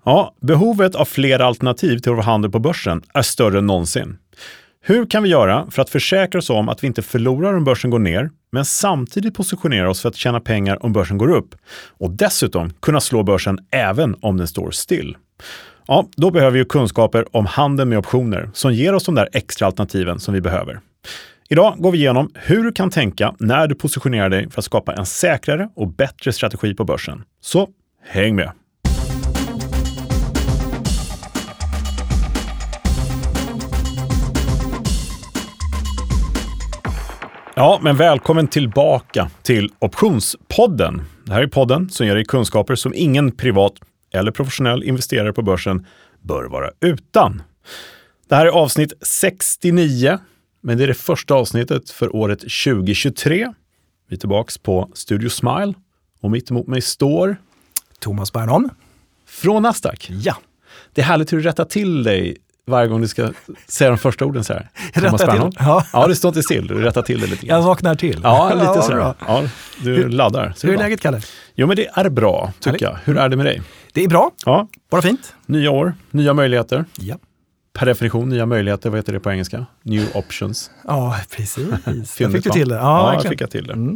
Ja, behovet av flera alternativ till vår handel på börsen är större än någonsin. Hur kan vi göra för att försäkra oss om att vi inte förlorar om börsen går ner, men samtidigt positionera oss för att tjäna pengar om börsen går upp och dessutom kunna slå börsen även om den står still? Ja, då behöver vi kunskaper om handeln med optioner som ger oss de där extra alternativen som vi behöver. Idag går vi igenom hur du kan tänka när du positionerar dig för att skapa en säkrare och bättre strategi på börsen. Så häng med! Ja, men välkommen tillbaka till Optionspodden. Det här är podden som ger dig kunskaper som ingen privat eller professionell investerare på börsen bör vara utan. Det här är avsnitt 69, men det är det första avsnittet för året 2023. Vi är tillbaka på Studio Smile och mitt emot mig står Thomas Bernholm från Nasdaq. Ja. Det är härligt hur du rättar till dig varje gång du ska säga de första orden så här. Thomas Bernholm. Ja, det står inte still. Du rättar till det lite grann. Jag vaknar till. Ja, lite så. Bra. Ja, du laddar. Hur är läget, Kalle? Jo, men det är bra, tycker jag. Hur är det med dig? Det är bra. Ja. Bara fint. Nya år, nya möjligheter. Ja. Per definition, nya möjligheter. Vad heter det på engelska? New options. Ja, precis. Jag fick du till det. Ja, jag fick till det. Mm.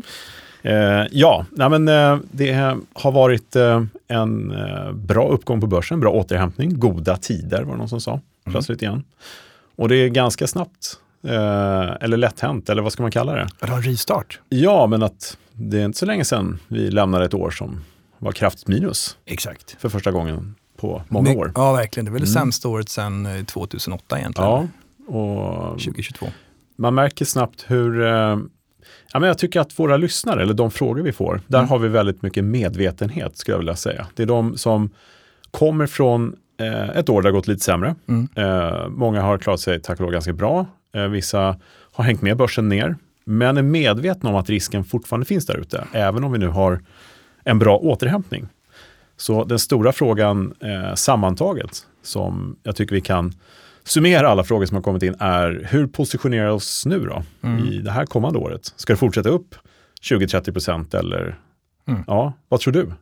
Det har varit en bra uppgång på börsen, bra återhämtning, goda tider var det någon som sa, plötsligt igen. Och det är ganska snabbt, eller lätt hänt, eller vad ska man kalla det? Det har en restart. Ja, men att det är inte så länge sedan vi lämnade ett år som var kraftigt minus. Exakt. För första gången på många år. Ja, verkligen. Det är väl det sämsta året sedan 2008 egentligen. Ja, och 2022. Man märker snabbt hur... men jag tycker att våra lyssnare, eller de frågor vi får, där har vi väldigt mycket medvetenhet, skulle jag vilja säga. Det är de som kommer från ett år där det gått lite sämre. Många har klarat sig tack och lov ganska bra. Vissa har hängt med börsen ner, men är medvetna om att risken fortfarande finns där ute, även om vi nu har en bra återhämtning. Så den stora frågan sammantaget, som jag tycker vi kan summera alla frågor som har kommit in, är hur positionerar oss nu då i det här kommande året? Ska det fortsätta upp 20-30% eller vad tror du?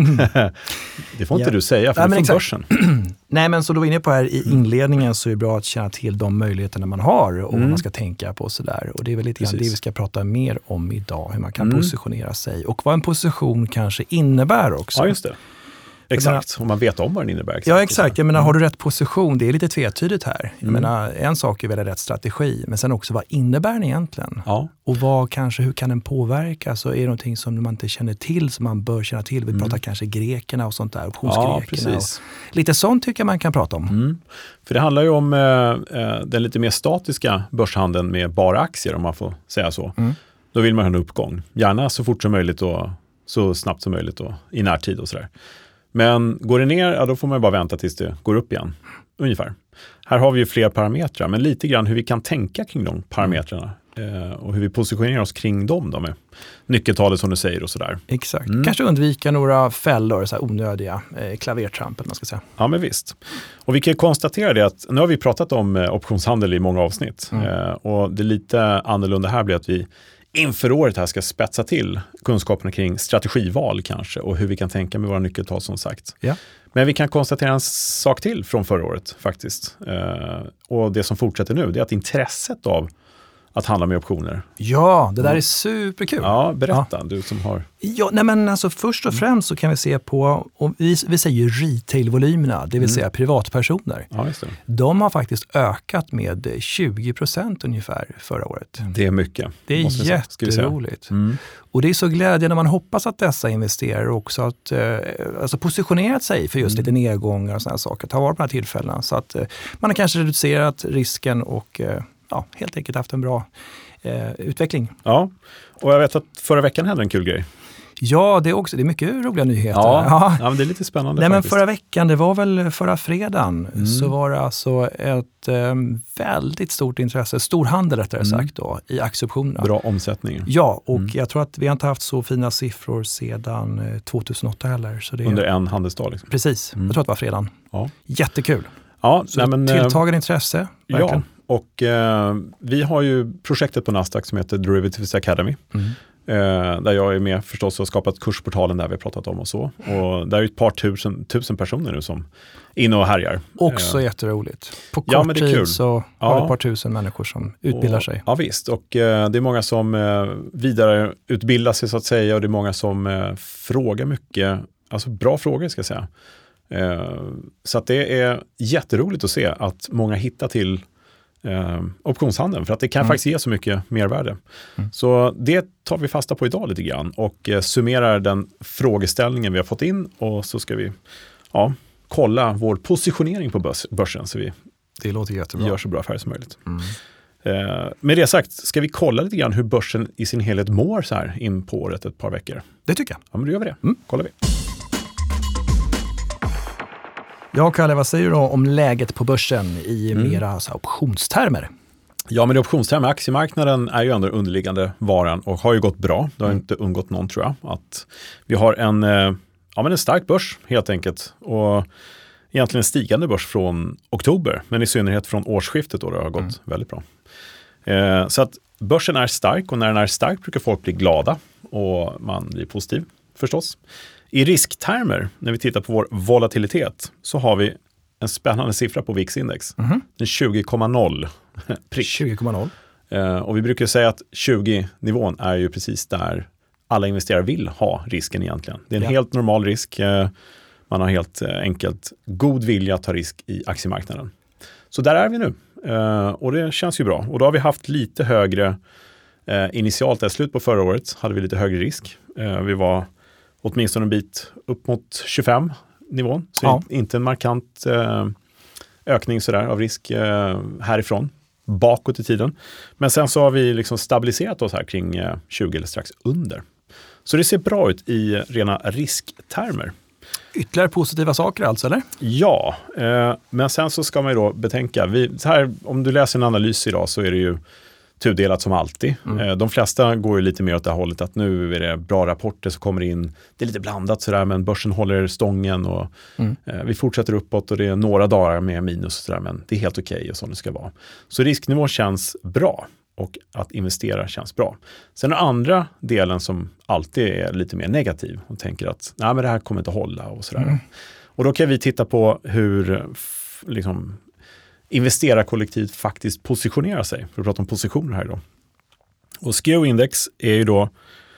Det får inte du säga, för det är från börsen. Nej, men så du var inne på här i inledningen, så är det bra att känna till de möjligheterna man har och vad man ska tänka på och sådär. Och det är väl lite grann det vi ska prata mer om idag, hur man kan positionera sig och vad en position kanske innebär också. Ja, just det. Exakt, om man vet om vad den innebär. Ja, exakt. Jag menar, har du rätt position? Det är lite tvetydigt här. Jag menar, en sak är väl rätt strategi, men sen också vad innebär den egentligen? Ja. Och hur kan den påverka? Så är det någonting som man inte känner till, som man bör känna till. Vi pratar kanske grekerna och sånt där, optionsgrekerna. Ja, lite sånt tycker jag man kan prata om. För det handlar ju om den lite mer statiska börshandeln med bara aktier, om man får säga så. Då vill man ha en uppgång. Gärna så fort som möjligt och så snabbt som möjligt och i närtid och sådär. Men går det ner, då får man bara vänta tills det går upp igen. Ungefär. Här har vi ju fler parametrar, men lite grann hur vi kan tänka kring de parametrarna. Och hur vi positionerar oss kring dem då, med nyckeltalet som du säger och sådär. Exakt. Kanske undvika några fällor, så här onödiga klavertramp, eller man ska säga. Ja, men visst. Och vi kan konstatera det att nu har vi pratat om optionshandel i många avsnitt. Och det lite annorlunda här blir att vi inför året här ska spetsa till kunskaperna kring strategival kanske och hur vi kan tänka med våra nyckeltal som sagt. Ja. Men vi kan konstatera en sak till från förra året faktiskt. Och det som fortsätter nu, det är att intresset av att handla med optioner. Ja, det där är superkul. Ja, berätta, du som har... Ja, nej men alltså först och främst så kan vi se på, och vi säger ju retail-volymerna, det vill säga privatpersoner. Ja, just det. De har faktiskt ökat med 20% ungefär förra året. Det är mycket. Det är jätteroligt. Och det är så glädjande, man hoppas att dessa investerare också att, alltså positionerat sig för just lite nedgångar och sådana saker, ta vara på de här tillfällena. Så att man har kanske reducerat risken och helt enkelt haft en bra utveckling. Ja, och jag vet att förra veckan hände en kul grej. Ja, det är mycket roliga nyheter. Ja, men det är lite spännande. Nej, men förra veckan, det var väl förra fredagen, så var det alltså ett väldigt stort intresse, stor handel rättare sagt då, i aktieoptionerna. Bra omsättning. Ja, och jag tror att vi har inte haft så fina siffror sedan 2008 heller. Så det under en handelsdag liksom. Precis, jag tror att det var fredagen. Ja. Jättekul. Ja, tilltagande intresse, verkligen. Ja. Och vi har ju projektet på Nasdaq som heter Derivatives Academy. Där jag är med förstås och har skapat kursportalen där vi har pratat om och så. Och där är ett par tusen personer nu som är inne och härjar. Också jätteroligt. På kort tid så har vi ett par tusen människor som utbildar sig. Ja visst, och det är många som vidareutbildar sig så att säga, och det är många som frågar mycket, alltså bra frågor ska jag säga. Så att det är jätteroligt att se att många hittar till optionshandeln, för att det kan faktiskt ge så mycket mervärde. Så det tar vi fasta på idag lite grann och summerar den frågeställningen vi har fått in, och så ska vi kolla vår positionering på börsen så vi det låter jättebra. Gör så bra affärer som möjligt. Med det sagt, ska vi kolla lite grann hur börsen i sin helhet mår så här in på året ett par veckor? Det tycker jag. Ja, men då gör vi det. Kollar vi. Ja, Kalle, vad säger du då om läget på börsen i mera så optionstermer? Ja, men i optionstermer, aktiemarknaden är ju ändå underliggande varan och har ju gått bra. Det har inte undgått någon, tror jag. Att vi har en stark börs helt enkelt, och egentligen en stigande börs från oktober, men i synnerhet från årsskiftet då det har gått väldigt bra. Så att börsen är stark, och när den är stark brukar folk bli glada och man blir positiv förstås. I risktermer, när vi tittar på vår volatilitet, så har vi en spännande siffra på VIX-index. Den 20,0 prick. 20,0. Och vi brukar säga att 20-nivån är ju precis där alla investerare vill ha risken egentligen. Det är en helt normal risk. Man har helt enkelt god vilja att ta risk i aktiemarknaden. Så där är vi nu. Och det känns ju bra. Och då har vi haft lite högre initialt, i slut på förra året hade vi lite högre risk. Vi var åtminstone en bit upp mot 25-nivån. Så inte en markant ökning sådär av risk härifrån, bakåt i tiden. Men sen så har vi liksom stabiliserat oss här kring 20 eller strax under. Så det ser bra ut i rena risktermer. Ytterligare positiva saker alltså, eller? Ja, men sen så ska man ju då betänka, om du läser en analys idag så är det ju tudelat som alltid. De flesta går ju lite mer åt det hållet att nu är det bra rapporter som kommer in. Det är lite blandat sådär, men börsen håller stången och vi fortsätter uppåt och det är några dagar med minus och sådär, men det är helt okej och så det ska vara. Så risknivån känns bra och att investera känns bra. Sen är andra delen som alltid är lite mer negativ och tänker att nej, men det här kommer inte hålla och sådär. Och då kan vi titta på hur liksom investerarkollektivet faktiskt positionerar sig. För att prata om positioner här då. Och SKEW-index är ju då,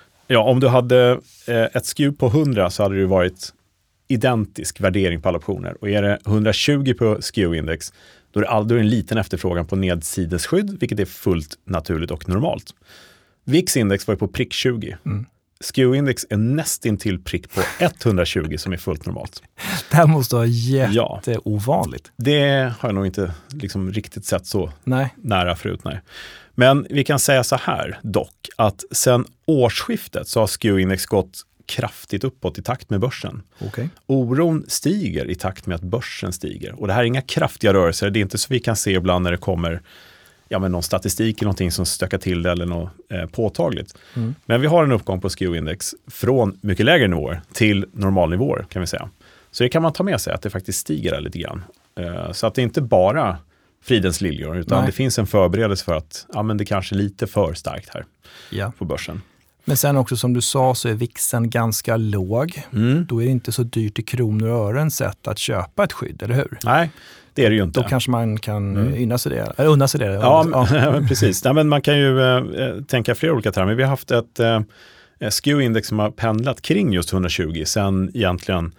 om du hade ett SKEW på 100 så hade det varit identisk värdering på alla optioner. Och är det 120 på SKEW-index, då är det en liten efterfrågan på nedsidesskydd, vilket är fullt naturligt och normalt. VIX-index var ju på prick 20. SKEW-index är nästintill prick på 120 som är fullt normalt. Det här måste vara jätteovanligt. Det har jag nog inte liksom riktigt sett så nära förut. Nej. Men vi kan säga så här dock, att sen årsskiftet så har SKEW-index gått kraftigt uppåt i takt med börsen. Okay. Oron stiger i takt med att börsen stiger. Och det här är inga kraftiga rörelser. Det är inte så vi kan se ibland när det kommer någon statistik eller någonting som stökar till det eller något påtagligt. Men vi har en uppgång på SKEW-index från mycket lägre nivåer till normalnivåer kan vi säga. Så det kan man ta med sig att det faktiskt stiger lite grann. Så att det är inte bara fridens liljor utan det finns en förberedelse för att men det kanske är lite för starkt här på börsen. Men sen också som du sa så är VIXen ganska låg. Då är det inte så dyrt i kronor och ören sett att köpa ett skydd, eller hur? Nej, det är det ju inte. Då kanske man kan unna sig det. Ja, precis. Nej, men man kan ju tänka flera olika termer. Vi har haft ett SKEW-index som har pendlat kring just 120 sen egentligen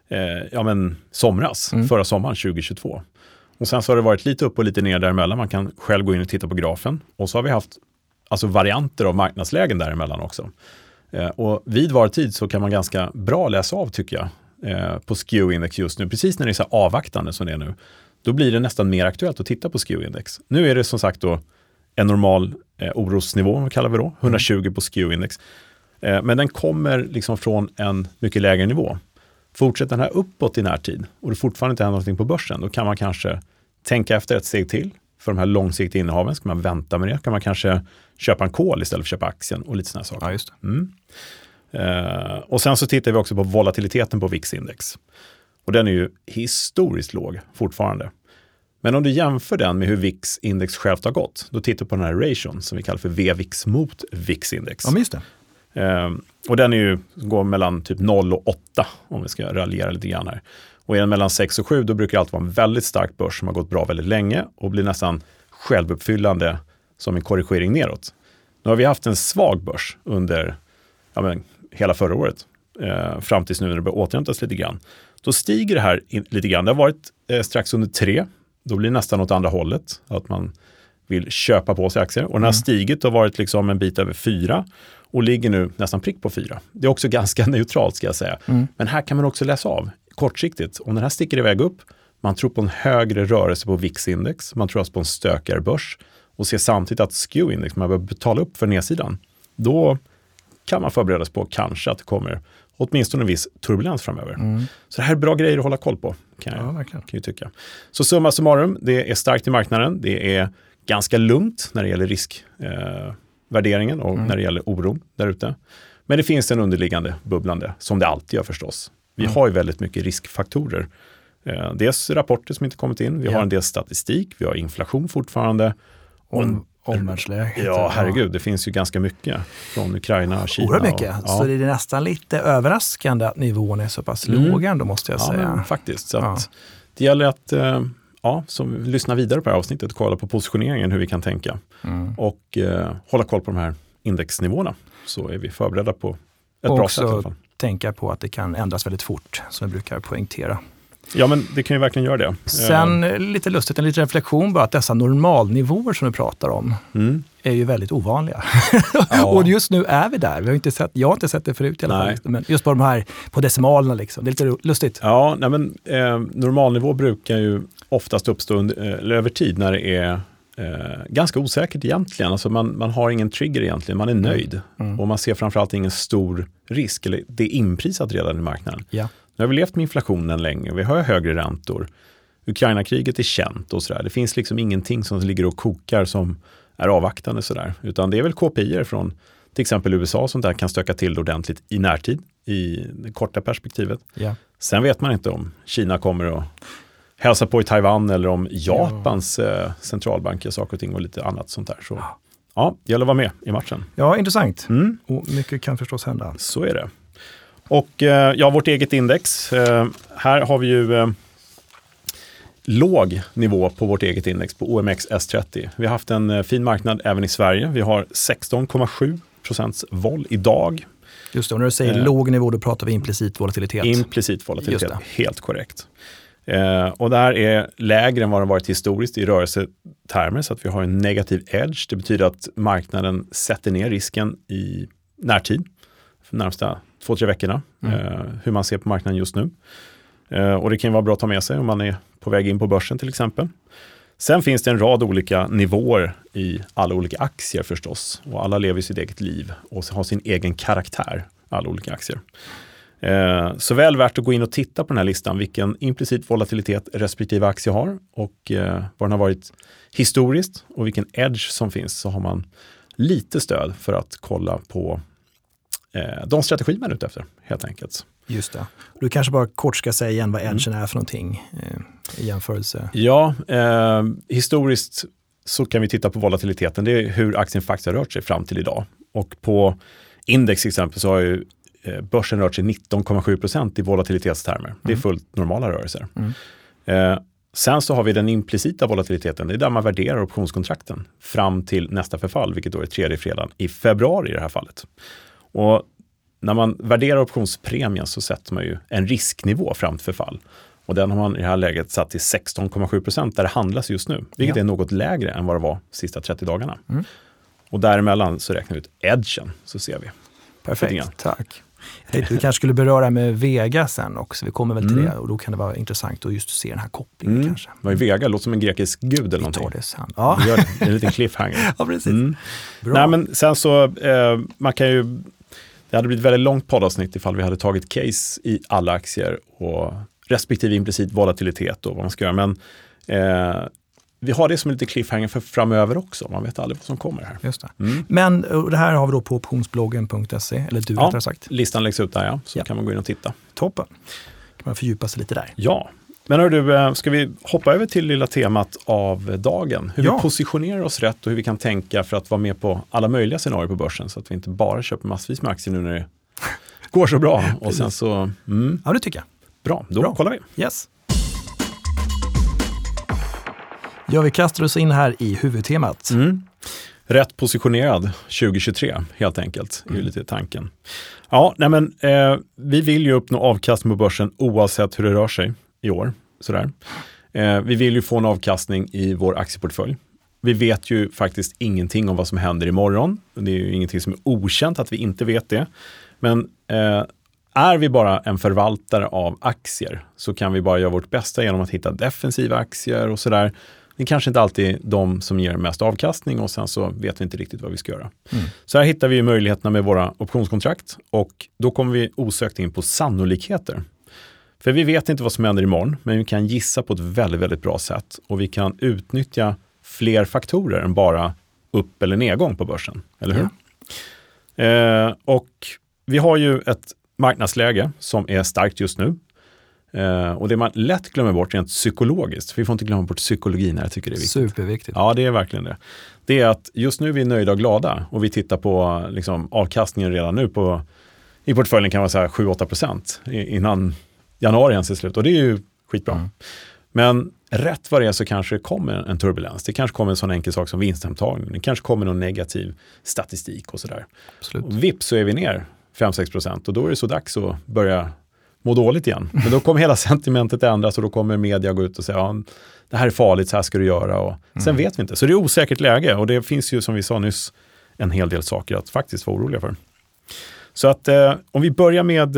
somras, förra sommaren 2022. Och sen så har det varit lite upp och lite ner däremellan. Man kan själv gå in och titta på grafen. Och så har vi haft varianter av marknadslägen däremellan också. Och vid var tid så kan man ganska bra läsa av tycker jag på SKEW-index just nu. Precis när det är så avvaktande som det är nu. Då blir det nästan mer aktuellt att titta på SKEW-index. Nu är det som sagt då en normal orosnivå, vad kallar vi då? 120 på SKEW-index. Men den kommer liksom från en mycket lägre nivå. Fortsätter den här uppåt i närtid och det fortfarande inte händer någonting på börsen, då kan man kanske tänka efter ett steg till. För de här långsiktiga innehaven ska man vänta med det. Kan man kanske köpa en call istället för att köpa aktien och lite sådana saker. Ja, just det. Och sen så tittar vi också på volatiliteten på VIX-index. Och den är ju historiskt låg fortfarande. Men om du jämför den med hur VIX-index självt har gått, då tittar du på den här ration som vi kallar för VVIX mot VIX-index. Ja, just det. Och den går mellan typ 0 och 8 om vi ska raljera lite grann här. Och är den mellan 6 och 7 då brukar det alltid vara en väldigt stark börs som har gått bra väldigt länge och blir nästan självuppfyllande som en korrigering neråt. Nu har vi haft en svag börs under hela förra året fram tills nu när det börjar återhämtas lite grann. Då stiger det här lite grann. Det har varit strax under 3. Då blir det nästan åt andra hållet. Att man vill köpa på sig aktier. Och den har stigit och varit liksom en bit över 4 och ligger nu nästan prick på 4. Det är också ganska neutralt ska jag säga. Men här kan man också läsa av kortsiktigt. Om den här sticker iväg upp, man tror på en högre rörelse på VIX-index, man tror alltså på en stökigare börs och ser samtidigt att SKEW-index, man behöver betala upp för nedsidan. Då kan man förbereda sig på kanske att det kommer åtminstone en viss turbulens framöver. Så det här är bra grejer att hålla koll på, kan jag tycka. Så summa summarum, det är starkt i marknaden, det är ganska lugnt när det gäller riskvärderingen och när det gäller oron där ute. Men det finns en underliggande bubblande, som det alltid gör förstås. Vi har ju väldigt mycket riskfaktorer. Dels rapporter som inte kommit in, vi har en del statistik, vi har inflation fortfarande. Omvärldsläget. Ja, herregud, det finns ju ganska mycket från Ukraina, Kina. Oerhört mycket, så det är nästan lite överraskande att nivån är så pass låg ändå måste jag säga. Men faktiskt, så att det gäller att som lyssna vidare på det här avsnittet och kolla på positioneringen, hur vi kan tänka. Och hålla koll på de här indexnivåerna, så är vi förberedda på ett bra sätt i alla fall. Tänka på att det kan ändras väldigt fort, som vi brukar poängtera. Ja, men det kan ju verkligen göra det. Sen lite lustigt, en liten reflektion bara, att dessa normalnivåer som du pratar om är ju väldigt ovanliga. Och just nu är vi där. Jag har inte sett det förut i alla fall. Men just på de här, på decimalerna liksom. Det är lite lustigt. Ja, normalnivå brukar ju oftast uppstå över tid när det är ganska osäkert egentligen. Alltså man har ingen trigger egentligen, man är nöjd. Och man ser framförallt ingen stor risk, eller det är inprisat redan i marknaden. Ja. Nu har vi levt med inflationen länge och vi har högre räntor. Ukraina-kriget är känt och sådär. Det finns liksom ingenting som ligger och kokar som är avvaktande sådär. Utan det är väl KPI:er från till exempel USA som där kan stöka till ordentligt i närtid, i det korta perspektivet. Ja. Sen vet man inte om Kina kommer att hälsa på i Taiwan eller om Japans centralbank gör saker och ting och lite annat sånt där. Så ja, det gäller att vara med i matchen. Ja, intressant. Och mycket kan förstås hända. Så är det. Och vårt eget index. Här har vi ju låg nivå på vårt eget index på OMX S30. Vi har haft en fin marknad även i Sverige. Vi har 16,7% vol idag. Just det, och när du säger låg nivå då pratar vi implicit volatilitet. Implicit volatilitet, helt korrekt. Och det här är lägre än vad det varit historiskt i rörelsetermer, så att vi har en negativ edge. Det betyder att marknaden sätter ner risken i närtid för de närmsta 2-3 veckorna, hur man ser på marknaden just nu. Och det kan vara bra att ta med sig om man är på väg in på börsen till exempel. Sen finns det en rad olika nivåer i alla olika aktier förstås. Och alla lever sitt eget liv och har sin egen karaktär, alla olika aktier. Så väl värt att gå in och titta på den här listan, vilken implicit volatilitet respektive aktie har och vad den har varit historiskt och vilken edge som finns, så har man lite stöd för att kolla på de strategier man är ute efter, helt enkelt. Just det. Du kanske bara kort ska säga igen vad edgen är för någonting i jämförelse. Ja, historiskt så kan vi titta på volatiliteten. Det är hur aktien faktiskt har rört sig fram till idag. Och på index till exempel så har ju börsen rört sig 19,7% i volatilitetstermer. Det är fullt normala rörelser. Sen så har vi den implicita volatiliteten. Det är där man värderar optionskontrakten fram till nästa förfall, vilket då är tredje fredagen i februari i det här fallet. Och när man värderar optionspremien så sätter man ju en risknivå fram till förfall. Och den har man i det här läget satt till 16,7% där det handlas just nu. Vilket är något lägre än vad det var de sista 30 dagarna. Och däremellan så räknar vi ut edgen, så ser vi. Perfekt, tack. Du kanske skulle beröra med Vega sen också. Vi kommer väl till det och då kan det vara intressant att just se den här kopplingen kanske. Vad är Vega? Låter som en grekisk gud eller någonting. Vi tar det sen. Ja. Vi gör det. Det är en liten cliffhanger. Ja, precis. Bra. Nej, men sen så, man kan ju, det hade blivit väldigt långt poddavsnitt ifall vi hade tagit case i alla aktier och respektive implicit volatilitet och vad man ska göra. Men vi har det som en lite cliffhanger för framöver också. Man vet aldrig vad som kommer här. Just det. Men det här har vi då på optionsbloggen.se, eller du har sagt. Listan läggs ut där, så kan man gå in och titta. Toppen. Kan man fördjupa sig lite där. Ja, Men hör du, ska vi hoppa över till lilla temat av dagen? Hur vi positionerar oss rätt och hur vi kan tänka för att vara med på alla möjliga scenarier på börsen så att vi inte bara köper massvis med aktier nu när det går så bra. Och sen så... Ja, det tycker jag. Bra, då kollar vi. Yes. Ja, vi kastar oss in här i huvudtemat. Rätt positionerad 2023 helt enkelt, är ju lite tanken. Ja, nej men vi vill ju uppnå avkastning på börsen oavsett hur det rör sig i år. Sådär. Vi vill ju få en avkastning i vår aktieportfölj. Vi vet ju faktiskt ingenting om vad som händer imorgon. Det är ju ingenting som är okänt att vi inte vet det. Men är vi bara en förvaltare av aktier så kan vi bara göra vårt bästa genom att hitta defensiva aktier och sådär. Det är kanske inte alltid de som ger mest avkastning och sen så vet vi inte riktigt vad vi ska göra. Så här hittar vi möjligheterna med våra optionskontrakt och då kommer vi osökt in på sannolikheter. För vi vet inte vad som händer imorgon, men vi kan gissa på ett väldigt, väldigt bra sätt och vi kan utnyttja fler faktorer än bara upp- eller nedgång på börsen, eller hur? Och vi har ju ett marknadsläge som är starkt just nu. Och det man lätt glömmer bort rent psykologiskt, för vi får inte glömma bort psykologin här, jag tycker det är viktigt. Superviktigt. Ja, det är verkligen det. Det är att just nu är vi nöjda och glada och vi tittar på liksom, avkastningen redan nu i portföljen kan vara så här 7-8% innan januari ens är slut och det är ju skitbra. Men rätt vad det är så kanske det kommer en turbulens. Det kanske kommer en sån enkel sak som vinsthemtagning. Det kanske kommer någon negativ statistik och sådär. Och vips så är vi ner 5-6% och då är det så dags att börja må dåligt igen. Men då kommer hela sentimentet ändras och då kommer media gå ut och säga ja, det här är farligt, så här ska du göra. Och sen vet vi inte. Så det är osäkert läge och det finns ju som vi sa nyss en hel del saker att faktiskt vara oroliga för. Så att om vi börjar med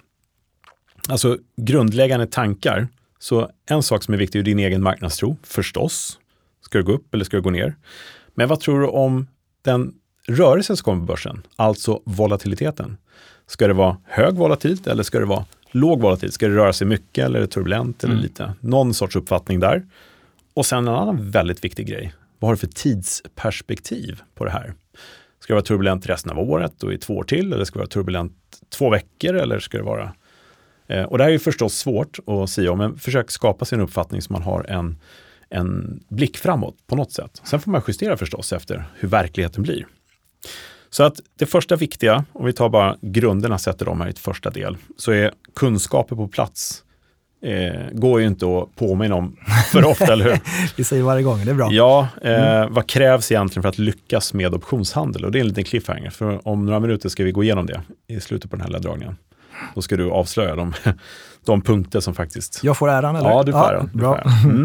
alltså grundläggande tankar så en sak som är viktig är din egen marknadstro, förstås. Ska det gå upp eller ska det gå ner? Men vad tror du om den rörelsen som kommer på börsen, alltså volatiliteten? Ska det vara hög volatilt eller ska det vara låg volatilt? Ska det röra sig mycket eller är det turbulent eller lite? Någon sorts uppfattning där. Och sen en annan väldigt viktig grej. Vad har du för tidsperspektiv på det här? Ska det vara turbulent resten av året och i 2 år till? Eller ska det vara turbulent 2 veckor? Eller ska det vara... Och det här är ju förstås svårt att säga om, men försök skapa sin uppfattning så man har en blick framåt på något sätt. Sen får man justera förstås efter hur verkligheten blir. Så att det första viktiga, om vi tar bara grunderna sätter dem här i ett första del, så är kunskaper på plats. Går ju inte att påminna om för ofta, eller hur? Vi säger varje gång, det är bra. Ja, vad krävs egentligen för att lyckas med optionshandel? Och det är en liten cliffhanger, för om några minuter ska vi gå igenom det i slutet på den här leddragningen. Då ska du avslöja de punkter som faktiskt... Jag får äran, eller? Ja, du får äran. Bra.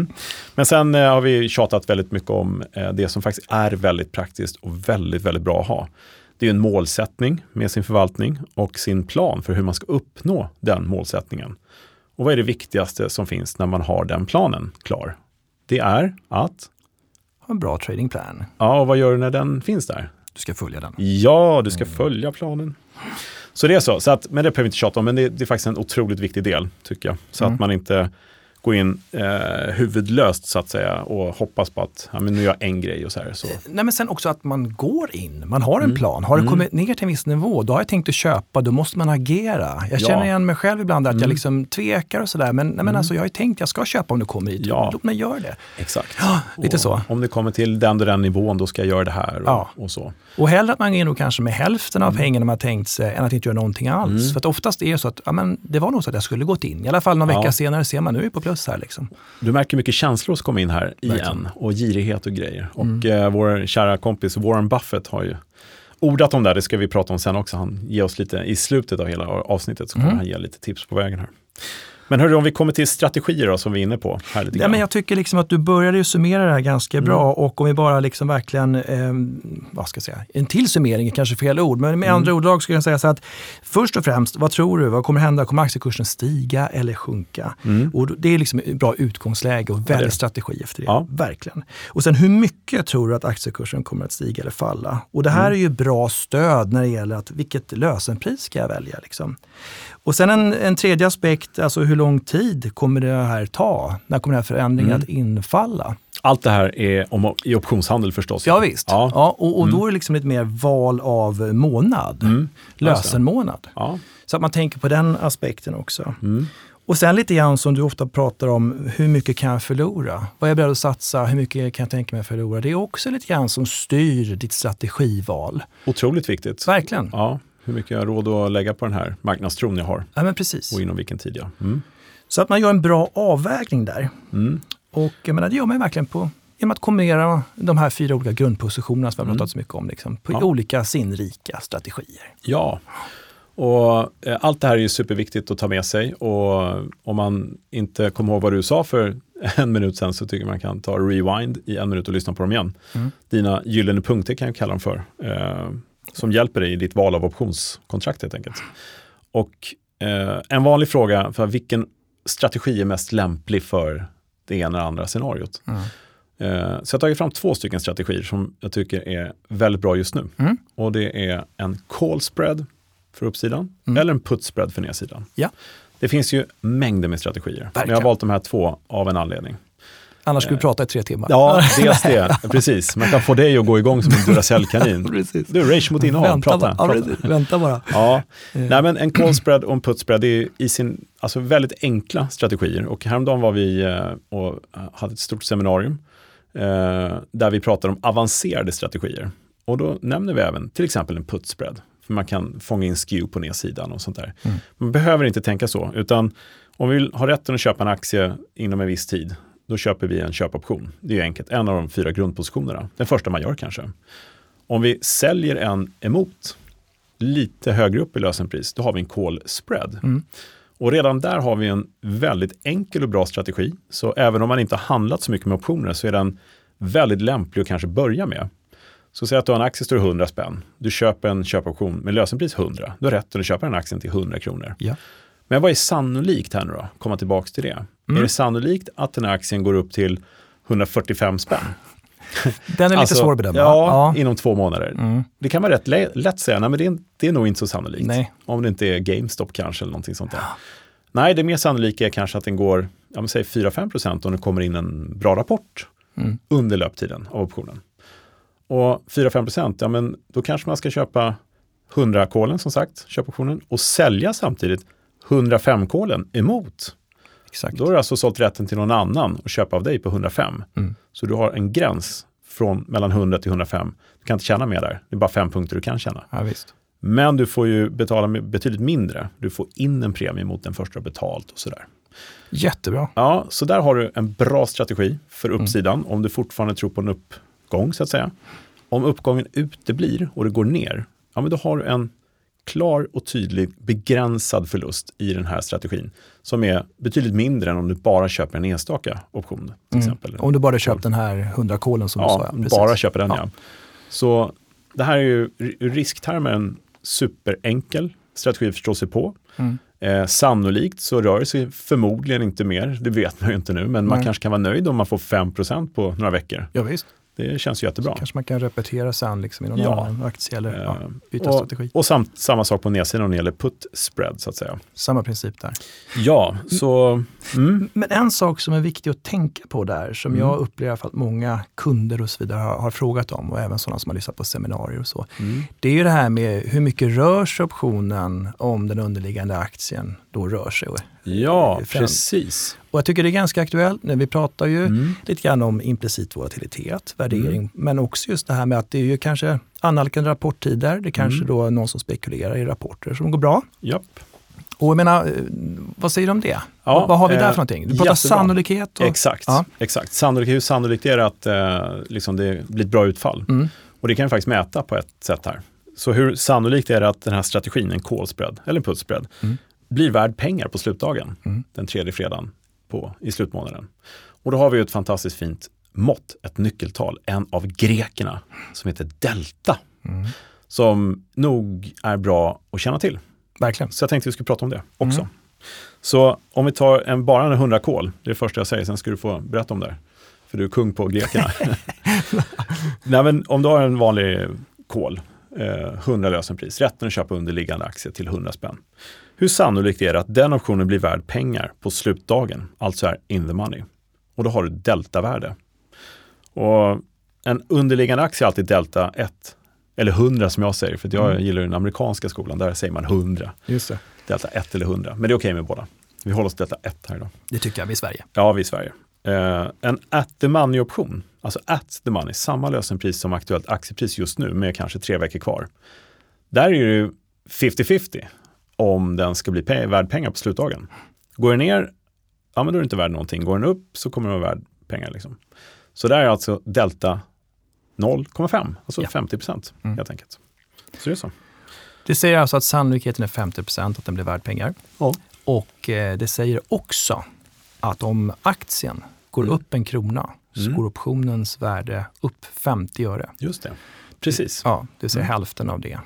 Men sen har vi tjatat väldigt mycket om det som faktiskt är väldigt praktiskt och väldigt, väldigt bra att ha. Det är en målsättning med sin förvaltning och sin plan för hur man ska uppnå den målsättningen. Och vad är det viktigaste som finns när man har den planen klar? Det är att... Ha en bra tradingplan. Ja, och vad gör du när den finns där? Du ska följa den. Ja, du ska följa planen. Så det är så att, men det behöver vi inte tjata om, men det är faktiskt en otroligt viktig del tycker jag. Så att man inte går in huvudlöst så att säga och hoppas på att ja, men nu gör jag en grej och så här. Så. Nej, men sen också att man går in, man har en plan. Har det kommit ner till en viss nivå, då har jag tänkt att köpa, då måste man agera. Jag känner igen mig själv ibland att jag liksom tvekar och sådär, men alltså, jag har ju tänkt att jag ska köpa om det kommer hit. Ja. Låt mig göra det. Exakt. Ja, lite så. Om det kommer till den nivån, då ska jag göra det här och så. Och hellre att man går in och kanske med hälften av pengarna man tänkt sig än att inte göra någonting alls. För att oftast är det så att ja, men det var nog så att jag skulle gått in. I alla fall någon vecka senare ser man nu är på plus här liksom. Du märker mycket känslor som kommer in här igen och girighet och grejer. Och vår kära kompis Warren Buffett har ju ordat om det ska vi prata om sen också. Han ger oss lite i slutet av hela avsnittet så kommer han ge lite tips på vägen här. Men hörru, om vi kommer till strategier då, som vi är inne på här lite grann. Men jag tycker liksom att du började ju summera det här ganska bra och om vi bara liksom verkligen, vad ska jag säga, en till summering är kanske fel ord, men med andra ordlag skulle jag säga så att först och främst, vad tror du, vad kommer hända? Kommer aktiekursen stiga eller sjunka? Och det är liksom ett bra utgångsläge och väldigt strategi efter det, verkligen. Och sen hur mycket tror du att aktiekursen kommer att stiga eller falla? Och det här är ju bra stöd när det gäller att vilket lösenpris ska jag välja liksom. Och sen en tredje aspekt, alltså hur lång tid kommer det här ta? När kommer den här förändringen att infalla? Allt det här är i optionshandel förstås. Ja visst. Ja, och då är det liksom lite mer val av månad. Lösenmånad. Ja. Så att man tänker på den aspekten också. Och sen lite grann som du ofta pratar om, hur mycket kan jag förlora? Vad är jag beredd att satsa? Hur mycket kan jag tänka mig att förlora? Det är också lite grann som styr ditt strategival. Otroligt viktigt. Verkligen. Ja, hur mycket jag har råd att lägga på den här marknadstron jag har. Ja, men precis. Och inom vilken tid jag. Så att man gör en bra avvägning där. Och jag menar, det gör man verkligen genom att kombinera de här 4 olika grundpositionerna som vi har pratat så mycket om, liksom, på olika sinnrika strategier. Ja, och allt det här är ju superviktigt att ta med sig, och om man inte kommer ihåg vad du sa för 1 minut sedan, så tycker man kan ta rewind i 1 minut och lyssna på dem igen. Dina gyllene punkter kan jag kalla dem för, som hjälper dig i ditt val av optionskontrakt helt enkelt. Och en vanlig fråga, för vilken strategi är mest lämplig för det ena eller andra scenariot? Så jag har tagit fram 2 stycken strategier som jag tycker är väldigt bra just nu. Och det är en call spread för uppsidan eller en put spread för nedsidan. Ja. Det finns ju mängder med strategier. Verkligen. Men jag har valt de här 2 av en anledning. Annars skulle vi prata i 3 timmar. Ja, dels det. Precis. Man kan få dig att gå igång som en Duracell-kanin. Du, rage mot innehåll. Vänta bara. Ja. Nej, men en call spread och en put spread är i sin, alltså väldigt enkla strategier. Och häromdagen var vi och hade ett stort seminarium där vi pratade om avancerade strategier. Och då nämner vi även till exempel en put spread. För man kan fånga in skew på nedsidan och sånt där. Man behöver inte tänka så, utan om vi vill ha rätten att köpa en aktie inom en viss tid, då köper vi en köpoption. Det är enkelt, en av de 4 grundpositionerna. Den första man gör kanske. Om vi säljer en emot lite högre upp i lösenpris, då har vi en call spread. Och redan där har vi en väldigt enkel och bra strategi. Så även om man inte har handlat så mycket med optioner, så är den väldigt lämplig att kanske börja med. Så säg att du har en aktie står 100 spänn. Du köper en köpoption med lösenpris 100. Du har rätt att köpa den aktien till 100 kronor. Ja. Men vad är sannolikt här nu då? Komma tillbaka till det. Är det sannolikt att den här aktien går upp till 145 spänn? Den är lite svår att bedöma. Ja, inom 2 månader. Det kan vara rätt lätt att säga, nej, men det är nog inte så sannolikt. Nej. Om det inte är GameStop kanske eller någonting sånt där. Nej, det mer sannolika är kanske att den går, säg 4-5% om det kommer in en bra rapport under löptiden av optionen. Och 4-5%, men då kanske man ska köpa 100-kålen som sagt, köpoptionen, och sälja samtidigt 105-kålen emot. Exakt. Då har du alltså sålt rätten till någon annan och köpa av dig på 105. Så du har en gräns från mellan 100 till 105. Du kan inte tjäna mer där. Det är bara 5 punkter du kan tjäna. Ja, visst. Men du får ju betala betydligt mindre. Du får in en premie mot den första betalt och sådär. Jättebra. Ja, så där har du en bra strategi för uppsidan om du fortfarande tror på en uppgång så att säga. Om uppgången uteblir och det går ner, men då har du en klar och tydlig begränsad förlust i den här strategin som är betydligt mindre än om du bara köper en enstaka option till exempel. Om du bara köper den här 100-kålen som du sa. Ja, bara köper den, ja. Så det här är ju ur risktermer en superenkel strategi att förstå sig på. Sannolikt så rör det sig förmodligen inte mer, det vet man ju inte nu, men man kanske kan vara nöjd om man får 5% på några veckor. Ja, visst. Det känns ju jättebra. Så kanske man kan repetera sen liksom i någon annan aktie eller byta strategi. Och samma sak på nedsidan när det gäller put spread så att säga. Samma princip där. Ja, så... Men en sak som är viktig att tänka på där, som jag upplever att många kunder och så vidare har frågat om, och även sådana som har lyssnat på seminarier och så. Det är ju det här med hur mycket rör sig optionen om den underliggande aktien då rör sig. Ja, precis. Och jag tycker det är ganska aktuellt när vi pratar ju lite grann om implicit volatilitet, värdering, men också just det här med att det är ju kanske annalkande rapporttider, det är kanske då någon som spekulerar i rapporter som går bra. Japp. Och jag menar, vad säger du om det? Ja, vad har vi där för någonting? Du pratar sannolikhet. Och, exakt. Hur sannolikt är det att liksom det blir ett bra utfall? Och det kan vi faktiskt mäta på ett sätt här. Så hur sannolikt är det att den här strategin, en call spread eller en put spread, blir värd pengar på slutdagen, den 3:e fredagen i slutmånaden. Och då har vi ju ett fantastiskt fint mått, ett nyckeltal, en av grekerna som heter delta, som nog är bra att känna till. Verkligen. Så jag tänkte vi skulle prata om det också. Så om vi tar bara en 100-kål, det är det första jag säger, sen ska du få berätta om det. För du är kung på grekerna. Nej, men om du har en vanlig kål, 100 lösenpris, rätten att köpa underliggande aktie till 100 spänn. Hur sannolikt är det att den optionen blir värd pengar på slutdagen, alltså är in the money? Och då har du deltavärde. Och en underliggande aktie är alltid delta 1 eller 100 som jag säger, för att jag gillar den amerikanska skolan, där säger man 100. Just det. Delta 1 eller 100, men det är okej med båda. Vi håller oss till detta 1 här idag. Det tycker jag, vi i Sverige. Ja, vi i Sverige. En at the money-option, alltså at the money, samma lösenpris som aktuellt aktiepris just nu med kanske 3 veckor kvar. Där är det ju 50-50 om den ska bli värd pengar på slutdagen. Går den ner, ja men då är det inte värd någonting. Går den upp så kommer den vara värd pengar liksom. Så där är alltså delta 0,5, alltså 50% helt enkelt. Så det är så. Det säger alltså att sannolikheten är 50% att den blir värd pengar. Ja. Och det säger också att om aktien går upp 1 krona så går optionens värde upp 50 öre. Just det, precis. Ja, det vill säga hälften av det.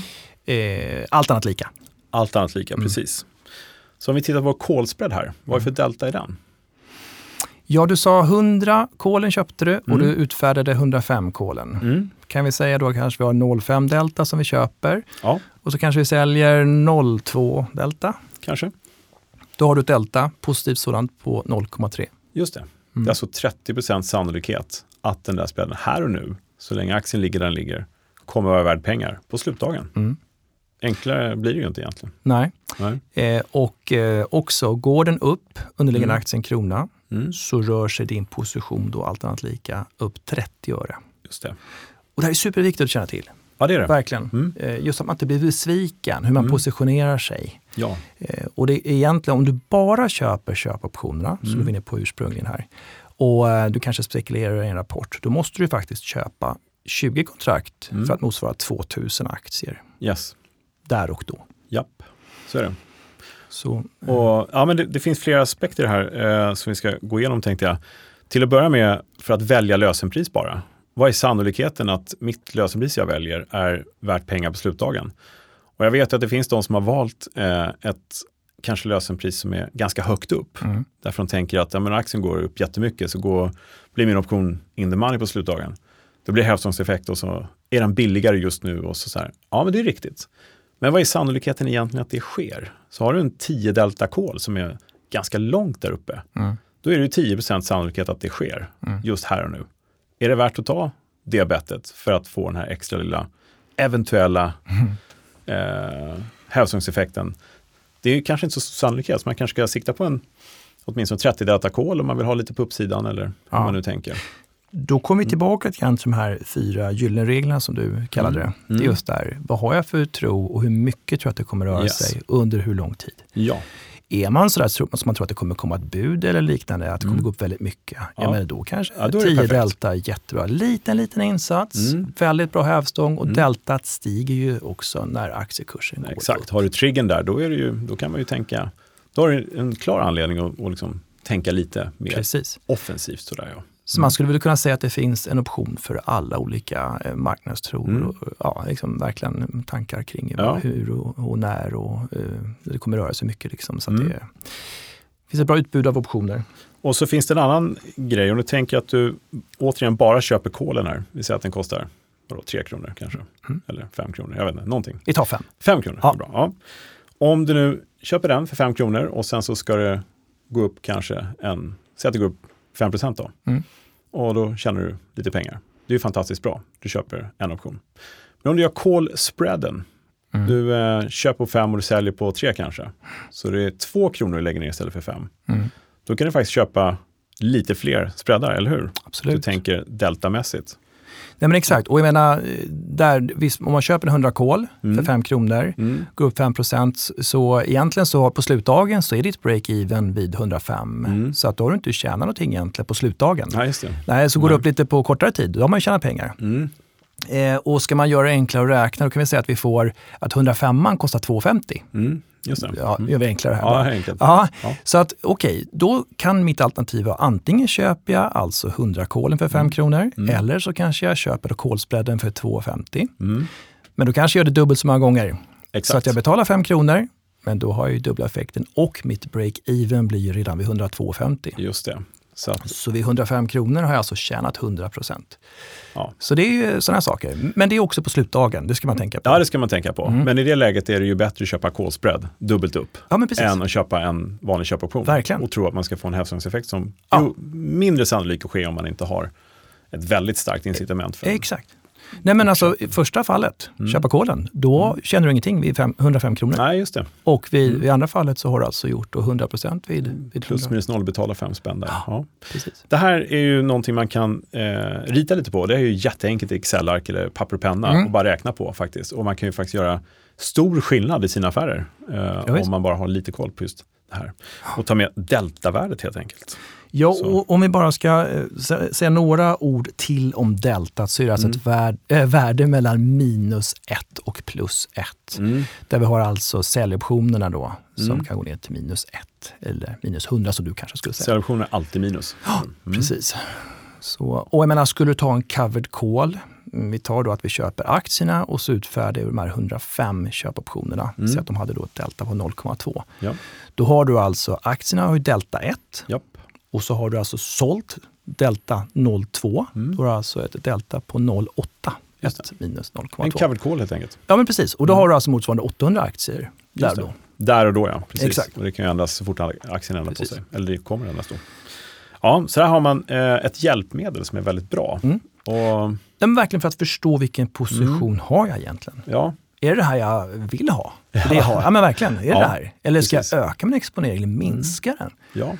Allt annat lika. Allt annat lika, precis. Så om vi tittar på call spread här, vad är för delta i den? Ja, du sa 100 kolen köpte du och du utfärdade 105 kolen. Kan vi säga då kanske vi har 0,5 delta som vi köper. Ja. Och så kanske vi säljer 0,2 delta. Kanske. Då har du ett delta, positivt sådant, på 0,3. Just det. Det är alltså 30% sannolikhet att den där spreaden här och nu, så länge aktien ligger där den ligger, kommer att vara värd pengar på slutdagen. Enklare blir det ju inte egentligen. Nej. Och också går den upp, underliggande aktien krona, så rör sig din position då allt annat lika upp 30 öre. Just det. Och det här är superviktigt att känna till. Ja, det är det. Verkligen. Just att man inte blir besviken, hur man positionerar sig. Ja. Och det är egentligen, om du bara köper köpoptionerna, så är vi inne på ursprungligen här, och du kanske spekulerar i en rapport, då måste du faktiskt köpa 20 kontrakt för att motsvara 2000 aktier. Yes. Där och då. Japp, så är det. Så, och, ja, men det finns flera aspekter här som vi ska gå igenom, tänkte jag. Till att börja med, för att välja lösenpris bara. Vad är sannolikheten att mitt lösenpris jag väljer är värt pengar på slutdagen? Och jag vet att det finns de som har valt ett kanske lösenpris som är ganska högt upp. Därför de tänker att men aktien går upp jättemycket, så blir min option in the money på slutdagen. Det blir hävstångseffekt och så är den billigare just nu. Och så här. Ja, men det är riktigt. Men vad är sannolikheten egentligen att det sker? Så har du en 10 delta call som är ganska långt där uppe. Då är det 10% sannolikhet att det sker just här och nu. Är det värt att ta det bettet för att få den här extra lilla eventuella hävstångseffekten? Det är ju kanske inte så sannolikhet. Så man kanske ska sikta på åtminstone 30 delta call om man vill ha lite på uppsidan eller hur man nu tänker. Då kommer vi tillbaka till de här 4 gyllene reglerna som du kallade det. Det är just där. Vad har jag för tro och hur mycket tror jag att det kommer röra sig under hur lång tid? Ja. Är man sådär som man tror att det kommer komma ett bud eller liknande, att det kommer gå upp väldigt mycket, men då kanske 10 delta är jättebra. Liten insats, väldigt bra hävstång, och deltat stiger ju också när aktiekursen går Exakt, upp. har du triggern där, då kan man ju tänka, då har du en klar anledning att liksom tänka lite mer offensivt sådär, ja. Så man skulle väl kunna säga att det finns en option för alla olika marknadstror och liksom verkligen tankar kring hur och när och det kommer röra sig mycket. Liksom, så att det finns ett bra utbud av optioner. Och så finns det en annan grej. Om du tänker att du återigen bara köper kolen här. Vi säger att den kostar 3 kronor kanske. Eller 5 kronor, jag vet inte, någonting. Vi tar 5. 5 kronor, bra. Ja. Om du nu köper den för 5 kronor och sen så ska det gå upp kanske säg att det går upp 5% då. Och då tjänar du lite pengar. Det är ju fantastiskt bra. Du köper en option. Men om du gör call spreaden, du köper på 5 och du säljer på 3 kanske. Så det är 2 kronor du lägger ner istället för 5. Då kan du faktiskt köpa lite fler spreadar, eller hur? Absolut. Du tänker deltamässigt. Nej men exakt, och jag menar, om man köper en 100 kol för 5 kronor, går upp 5%, så egentligen så på slutdagen så är ditt break-even vid 105. Så att då har du inte tjänat någonting egentligen på slutdagen. Ja, just det. Nej, så går det upp lite på kortare tid, då har man ju tjänat pengar. Och ska man göra det enklare att räkna, då kan vi säga att vi får att 105 kostar 2,50. Just det. Ja, gör vi enklare här. Ja, enkelt. Ja. Så att då kan mitt alternativ vara antingen köper jag alltså 100 kolen för 5 kronor eller så kanske jag köper kolspreaden för 2,50. Men då kanske jag gör det dubbelt så många gånger. Exakt. Så att jag betalar 5 kronor, men då har jag ju dubbla effekten och mitt break-even blir ju redan vid 102,50. Just det. Så vid 105 kronor har jag alltså tjänat 100%. Ja. Så det är ju sådana här saker. Men det är också på slutdagen, det ska man tänka på. Ja, det ska man tänka på. Men i det läget är det ju bättre att köpa call spread dubbelt upp än att köpa en vanlig köpoption. Verkligen. Och tro att man ska få en hävstångseffekt som är mindre sannolik att ske om man inte har ett väldigt starkt incitament för Exakt. Nej, men alltså i första fallet, köpa kolen, då tjänar du ingenting vid 105 kronor. Nej, just det. Och vid andra fallet så har du alltså gjort då 100% vid plus minus noll, betala 5 spänn där. Ja. Precis. Det här är ju någonting man kan rita lite på. Det är ju jätteenkelt i Excel-ark eller papper och penna och bara räkna på faktiskt. Och man kan ju faktiskt göra stor skillnad i sina affärer om man bara har lite koll på just det här. Och ta med deltavärdet helt enkelt. Ja, och om vi bara ska säga några ord till om deltat, så är det alltså ett värde mellan -1 och +1. Där vi har alltså säljoptionerna då som kan gå ner till -1 eller -100 som du kanske skulle säga. Säljoptioner är alltid minus. Ja, precis. Så, och jag menar, skulle du ta en covered call, vi tar då att vi köper aktierna och så utfärdar vi de här 105 köpoptionerna. Så att de hade då ett delta på 0,2. Ja. Då har du alltså, aktierna har ju delta 1. Japp. Och så har du alltså sålt delta 0,2. Då har du alltså ett delta på 0,8. Minus 0,2. En covered call helt enkelt. Ja, men precis. Och då har du alltså motsvarande 800 aktier där då. Där och då, ja. Precis. Exakt. Och det kan ju ändras så fort aktien ändrar på sig. Eller det kommer ändras då. Ja, så här har man ett hjälpmedel som är väldigt bra. Och det är verkligen för att förstå vilken position har jag egentligen. Ja. Är det här jag vill ha? Det jag har? Ja, men verkligen. Är det här? Eller ska jag öka min exponering eller minska den? Ja.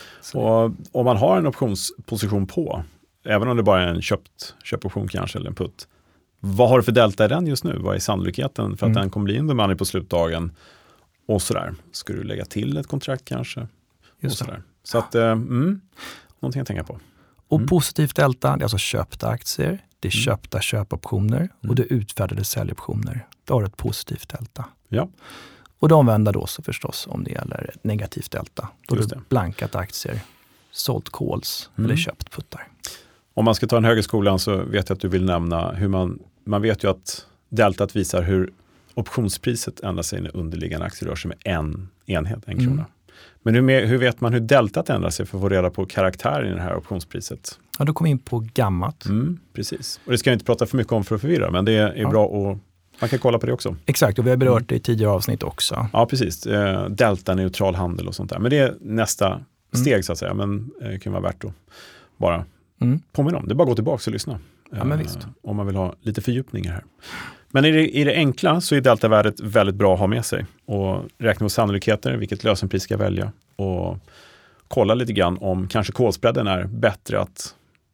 Och om man har en optionsposition på, även om det bara är en köpoption kanske eller en putt, vad har du för delta i den just nu? Vad är sannolikheten för att den kommer bli in the money på slutdagen? Och sådär. Ska du lägga till ett kontrakt kanske? Just och sådär. Så att, någonting att tänka på. Och positivt delta, det är alltså köpta aktier, det är köpta köpoptioner och det är utfärdade säljoptioner. Då har du ett positivt delta. Ja. Och de omvända då så förstås om det gäller ett negativt delta. Då har du blankat aktier, sålt calls eller köpt puttar. Om man ska ta en högskolan så vet jag att du vill nämna hur man vet ju att deltat visar hur optionspriset ändrar sig när underliggande aktier rör sig med en enhet, en krona. Men hur vet man hur deltat ändrar sig för att få reda på karaktären i det här optionspriset? Ja, då kommer vi in på gammat. Precis. Och det ska jag inte prata för mycket om för att förvirra, men det är bra och man kan kolla på det också. Exakt, och vi har berört det i tidigare avsnitt också. Ja, precis. Delta, neutral handel och sånt där. Men det är nästa steg så att säga, men det kan vara värt att bara påminna om. Det är bara att gå tillbaka och lyssna. Ja, men visst. Om man vill ha lite fördjupningar här. Men i det enkla så är deltavärdet väldigt bra att ha med sig. Och räkna på sannolikheter, vilket lösenpris ska jag välja. Och kolla lite grann om kanske callspreaden är bättre att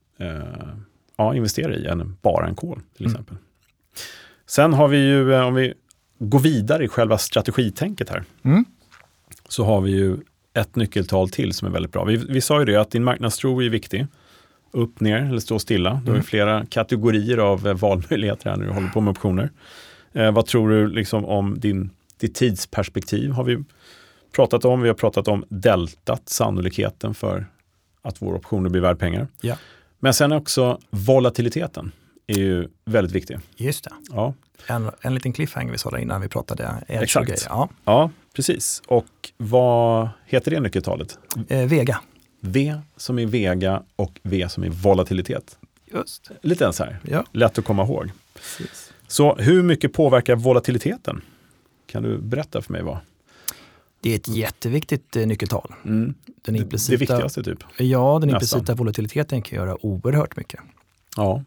investera i än bara en call till exempel. Sen har vi ju, om vi går vidare i själva strategitänket här, så har vi ju ett nyckeltal till som är väldigt bra. Vi sa ju det att din marknadstro är viktig. Upp, ner eller stå stilla. Då är flera kategorier av valmöjligheter här när du håller på med optioner. Vad tror du liksom om ditt tidsperspektiv har vi pratat om. Vi har pratat om deltat, sannolikheten för att våra optioner blir värd pengar. Ja. Men sen också volatiliteten är ju väldigt viktig. Just det. Ja. En liten cliffhanger vi sa där innan vi pratade. Exakt. Ja, precis. Och vad heter det nyckeltalet? Vega. V som är vega och V som är volatilitet. Just. Lite så här. Lätt att komma ihåg. Precis. Så hur mycket påverkar volatiliteten? Kan du berätta för mig vad? Det är ett jätteviktigt nyckeltal. Den implicita, det viktigaste typ. Ja, den implicita volatiliteten kan göra oerhört mycket. Ja.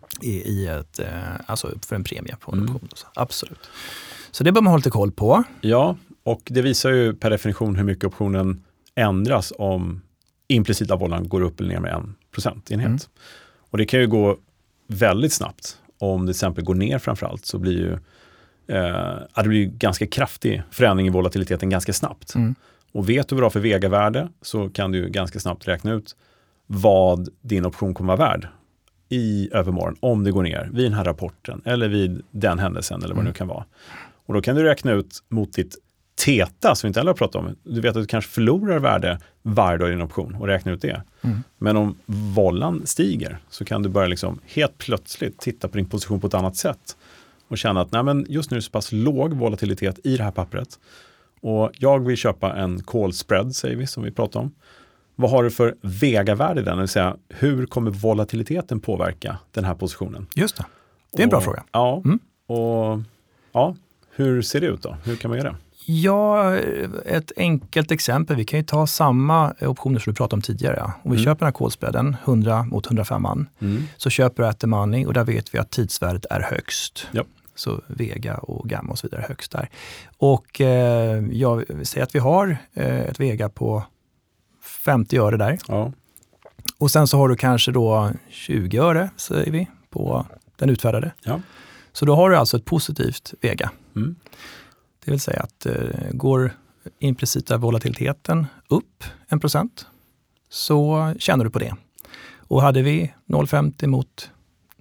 Alltså för en premie på en option. Absolut. Så det bör man ha lite koll på. Ja, och det visar ju per definition hur mycket optionen ändras om implicita volan går upp eller ner med 1% enhet. Och det kan ju gå väldigt snabbt. Om det till exempel går ner framförallt så blir ju det blir ganska kraftig förändring i volatiliteten ganska snabbt. Och vet du vad du har för vegavärde så kan du ganska snabbt räkna ut vad din option kommer vara värd i övermorgon om det går ner vid den här rapporten eller vid den händelsen eller vad det nu kan vara. Och då kan du räkna ut mot ditt teta som vi inte heller har pratat om. Du vet att du kanske förlorar värde varje dag i din option och räkna ut det. Men om vollan stiger så kan du börja liksom helt plötsligt titta på din position på ett annat sätt och känna att nej, men just nu är det så pass låg volatilitet i det här pappret och jag vill köpa en call spread säger vi som vi pratar om. Vad har du för vegavärde i den? Det vill säga, hur kommer volatiliteten påverka den här positionen? Just det. Det är en bra fråga. Ja, och hur ser det ut då? Hur kan man göra det? Ja, ett enkelt exempel. Vi kan ju ta samma optioner som du pratade om tidigare. Om vi köper den här callspreaden 100 mot 105 man, så köper du at the money och där vet vi att tidsvärdet är högst. Ja. Så Vega och Gamma och så vidare högst där. Och jag säger att vi har ett Vega på 50 öre där. Ja. Och sen så har du kanske då 20 öre, säger vi, på den utfärdade. Ja. Så då har du alltså ett positivt Vega. Mm. Det vill säga att går implicita volatiliteten upp 1% så tjänar du på det. Och hade vi 0,50 mot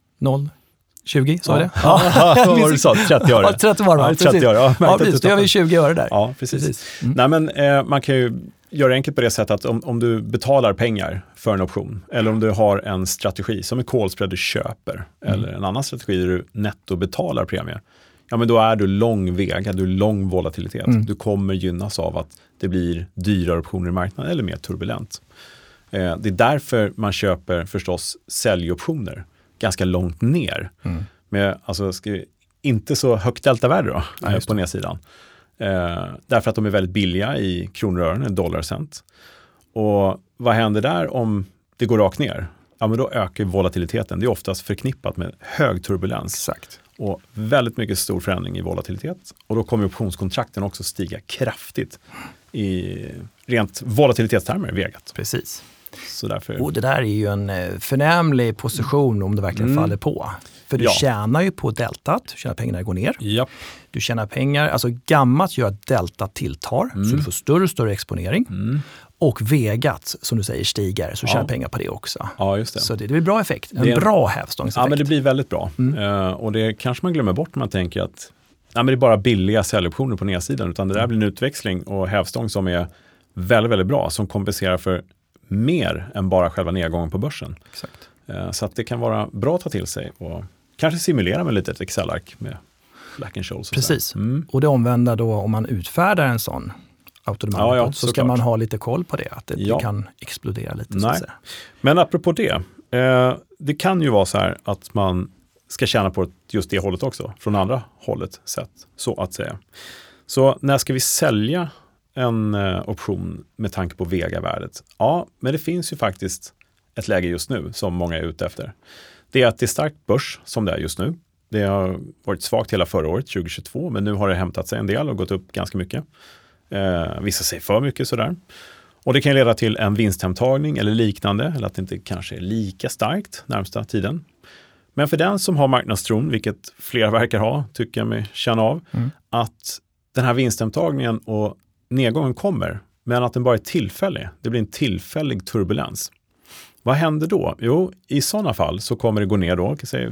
0,20 sa det? Ja, vad var det sa? 30 öre. Ja, 30 var det. Ja, 30 öre. Ja, precis. Då har vi 20 öre där. Ja, precis. Nej, men man kan ju göra det enkelt på det sättet att om du betalar pengar för en option eller om du har en strategi som en callspread du köper eller en annan strategi där du netto betalar premier, ja men då är du lång Vega, du är lång volatilitet. Du kommer gynnas av att det blir dyrare optioner i marknaden eller mer turbulent. Det är därför man köper förstås säljoptioner ganska långt ner. Med, alltså, inte så högt deltavärde då, på nedsidan. Därför att de är väldigt billiga i kronor och ören, en dollarcent. Och vad händer där om det går rakt ner? Ja, men då ökar volatiliteten. Det är oftast förknippat med hög turbulens. Exakt. Och väldigt mycket stor förändring i volatilitet. Och då kommer optionskontrakten också stiga kraftigt i rent volatilitetstermer, Vegat. Precis. Så därför... Och det där är ju en förnämlig position om det verkligen faller på. För du tjänar ju på deltat, du tjänar pengar när det går ner. Ja. Du tjänar pengar, alltså gammat gör att delta tilltar, så du får större och större exponering. Och Vegat, som du säger, stiger, så tjänar pengar på det också. Ja, just det. Så det blir bra effekt, en bra hävstångseffekt. Ja, men det blir väldigt bra. Och det kanske man glömmer bort när man tänker att men det är bara billiga säljoptioner på nedsidan, utan det där blir en utväxling och hävstång som är väldigt, väldigt bra, som kompenserar för mer än bara själva nedgången på börsen. Exakt. Så att det kan vara bra att ta till sig och kanske simulera med lite ett Excel-ark med Black & Scholes. Precis. Och det omvända då, om man utfärdar en sån autodemand så ska man ha lite koll på det, att det kan explodera lite. Så att säga. Men apropå det, det kan ju vara så här att man ska tjäna på just det hållet också, från andra hållet sett, så att säga. Så när ska vi sälja en option med tanke på Vega-värdet? Ja, men det finns ju faktiskt ett läge just nu som många är ute efter. Det är att det är starkt börs som det är just nu. Det har varit svagt hela förra året, 2022, men nu har det hämtat sig en del och gått upp ganska mycket. Vissa säger för mycket sådär. Och det kan leda till en vinsthemtagning eller liknande, eller att det inte kanske är lika starkt närmsta tiden. Men för den som har marknadstron, vilket flera verkar ha, tycker jag mig känna av, att den här vinsthemtagningen och nedgången kommer, men att den bara är tillfällig. Det blir en tillfällig turbulens. Vad händer då? Jo, i sådana fall så kommer det gå ner då, kan säga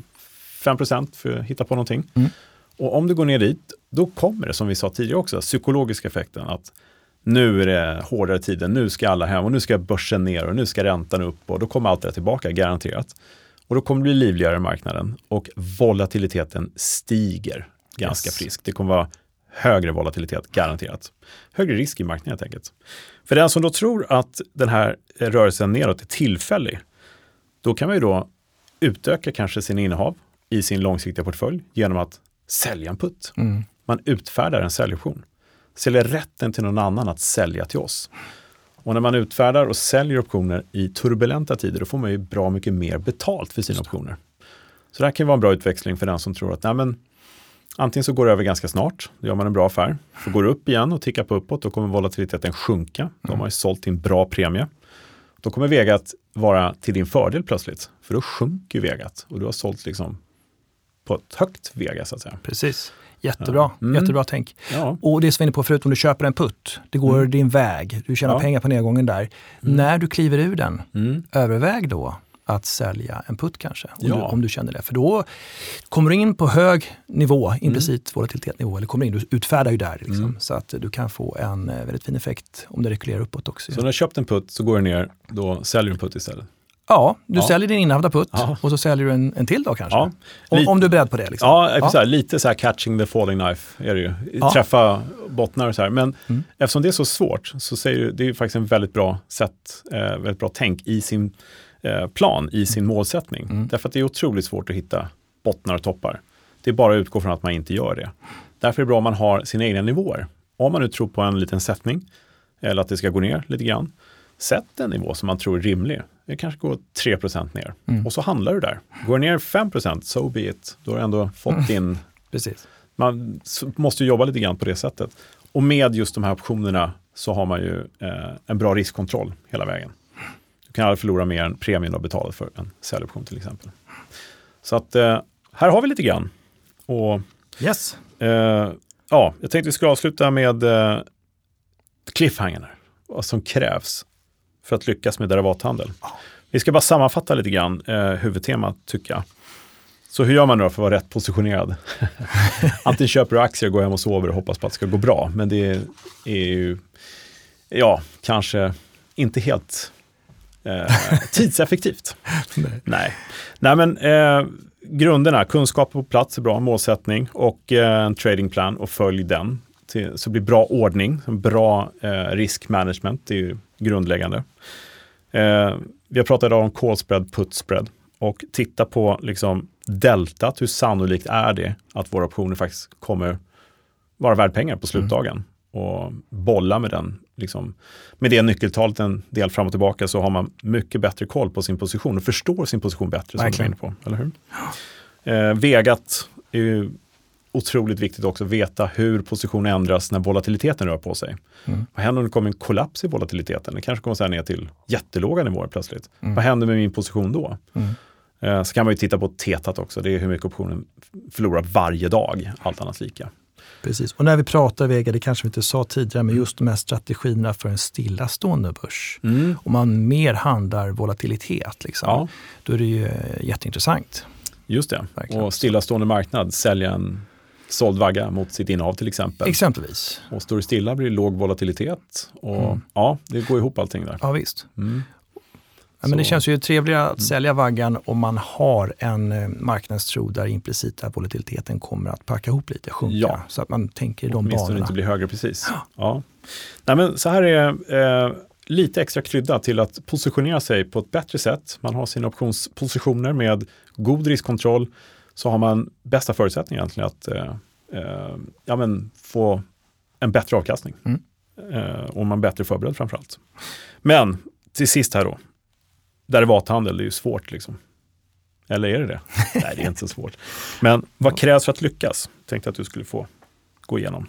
5% för att hitta på någonting. Och om det går ner dit, då kommer det, som vi sa tidigare också, psykologiska effekten att nu är det hårdare tiden, nu ska alla hem och nu ska börsen ner och nu ska räntan upp och då kommer allt det tillbaka, garanterat. Och då kommer det bli livligare i marknaden och volatiliteten stiger ganska friskt. Det kommer vara högre volatilitet, garanterat. Högre risk i marknaden helt enkelt. För den som då tror att den här rörelsen neråt är tillfällig, då kan man ju då utöka kanske sin innehav i sin långsiktiga portfölj genom att sälja en putt. Man utfärdar en säljoption. Säljer rätten till någon annan att sälja till oss. Och när man utfärdar och säljer optioner i turbulenta tider, då får man ju bra mycket mer betalt för sina optioner. Så det här kan vara en bra utväxling för den som tror att antingen så går det över ganska snart, då gör man en bra affär. Så går det upp igen och tickar på uppåt, då kommer volatiliteten sjunka. Då har man ju sålt till en bra premie. Då kommer Vegat vara till din fördel plötsligt. För då sjunker Vegat och du har sålt liksom på ett högt Vega så att säga. Precis. Jättebra, jättebra tänk. Ja. Och det som vi är inne på förut, om du köper en putt, det går din väg, du tjänar pengar på nedgången där. När du kliver ur den, överväg då att sälja en putt kanske, om du känner det. För då kommer du in på hög nivå, implicit volatilitetnivå, eller kommer in, du utfärdar ju där liksom, så att du kan få en väldigt fin effekt om det rekylerar uppåt också. Så när du har köpt en putt så går det ner, då säljer du en putt istället? Ja, du säljer din innehavda putt och så säljer du en till då kanske. Ja. Om du är beredd på det. Liksom. Ja, så här, lite så här catching the falling knife är det ju. Träffa bottnar och så här. Men eftersom det är så svårt så säger du, det är ju faktiskt en väldigt bra sätt, väldigt bra tänk i sin plan, i sin målsättning. Därför att det är otroligt svårt att hitta bottnar och toppar. Det är bara att utgå från att man inte gör det. Därför är det bra om man har sina egna nivåer. om man nu tror på en liten sättning eller att det ska gå ner lite grann, sätt en nivå som man tror är rimlig. Det kanske går 3% ner. Och så handlar du där. Går ner 5%, so be it. Då har du ändå fått in... Precis. Man måste ju jobba lite grann på det sättet. Och med just de här optionerna så har man ju en bra riskkontroll hela vägen. Du kan aldrig förlora mer än premien du har betalat för en säljoption till exempel. Så att här har vi lite grann. Och, yes. Jag tänkte vi skulle avsluta med cliffhangarna. Vad som krävs för att lyckas med derivathandel. Vi ska bara sammanfatta lite grann huvudtemat tycker jag. Så hur gör man då för att vara rätt positionerad? Antingen köper du aktier, går hem och sover och hoppas på att det ska gå bra. Men det är ju kanske inte helt tidseffektivt. Nej, men grunderna, kunskap på plats är bra, målsättning och en tradingplan och följ den. Så blir bra ordning, bra riskmanagement, det är ju grundläggande. Vi har pratat idag om call spread, put spread och titta på liksom deltat, hur sannolikt är det att våra optioner faktiskt kommer vara värd pengar på slutdagen och bolla med den liksom, med det nyckeltalet en del fram och tillbaka så har man mycket bättre koll på sin position och förstår sin position bättre som du är inne på, eller hur? Vegat är ju otroligt viktigt också att veta hur positionen ändras när volatiliteten rör på sig. Vad händer om det kommer en kollaps i volatiliteten? Det kanske kommer så här ner till jättelåga nivåer plötsligt. Vad händer med min position då? Så kan man ju titta på tetat också. Det är hur mycket optionen förlorar varje dag, allt annat lika. Precis. Och när vi pratar Vega, det kanske vi inte sa tidigare, men just de här strategierna för en stillastående börs. Om man mer handlar volatilitet, liksom, då är det ju jätteintressant. Just det. Verkligen. Och stillastående marknad, sälja en såld vagga mot sitt innehav till exempel. Exempelvis. Och står det stilla blir det låg volatilitet. Och det går ihop allting där. Ja, visst. Ja, men det känns ju trevligare att sälja vaggan om man har en marknadstro där implicita volatiliteten kommer att packa ihop lite, sjunka. Så att man tänker i de banorna. Åtminstone inte blir högre precis. Ja. Nej, men så här är lite extra krydda till att positionera sig på ett bättre sätt. Man har sina optionspositioner med god riskkontroll. Så har man bästa förutsättningar egentligen att få en bättre avkastning. Och man är bättre förberedd framförallt. Men till sist här då. Derivathandel, det är ju svårt liksom. Eller är det? Nej, det är inte så svårt. Men vad krävs för att lyckas? Tänkte att du skulle få gå igenom.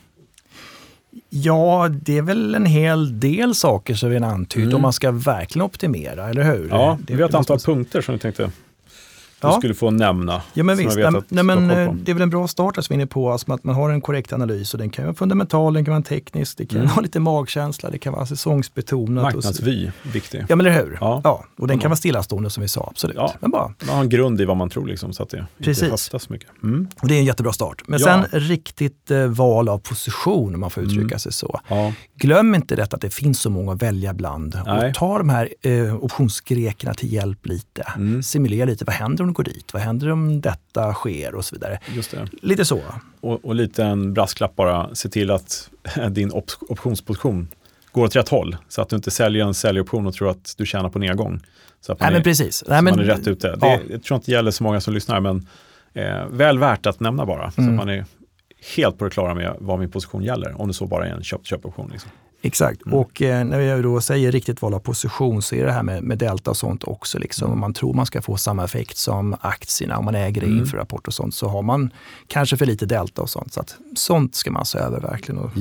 Ja, det är väl en hel del saker som vi har antytt om man ska verkligen optimera, eller hur? Ja, vi har ett antal punkter som vi tänkte du skulle få nämna. Ja, men visst. Det är väl en bra start att vi är inne på alltså att man har en korrekt analys och den kan vara fundamental, den kan vara teknisk, det kan ha lite magkänsla, det kan vara säsongsbetonat. Marknadsvy, viktig. Ja, men det är hur? Ja. Och den kan vara stillastående som vi sa, absolut. Ja. Men bara. Man har en grund i vad man tror liksom, så att det inte hastas så mycket. Och det är en jättebra start. Men sen riktigt val av position, om man får uttrycka sig så. Ja. Glöm inte detta att det finns så många att välja bland. Och ta de här optionsgrekerna till hjälp lite. Simulera lite, vad händer om det går dit? Vad händer om detta sker och så vidare? Just det. Lite så. Och lite en brasklapp bara. Se till att din optionsposition går åt rätt håll. Så att du inte säljer en säljoption och tror att du tjänar på nedgång. Så att man, men precis. Man är rätt ute. Jag tror inte det gäller så många som lyssnar, men väl värt att nämna bara. Så att man är helt på det klara med vad min position gäller. Om det så bara är en köpoption. Liksom. Exakt. Och när jag då säger riktigt val av position så är det här med delta och sånt också. Liksom. Om man tror man ska få samma effekt som aktierna, om man äger det inför rapport och sånt, så har man kanske för lite delta och sånt. Så att sånt ska man se över verkligen. Och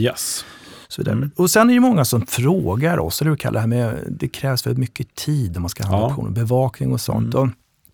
så vidare. Och sen är det många som frågar oss, eller hur kallar det här med, det krävs väldigt mycket tid om man ska handla optioner, bevakning och sånt. Och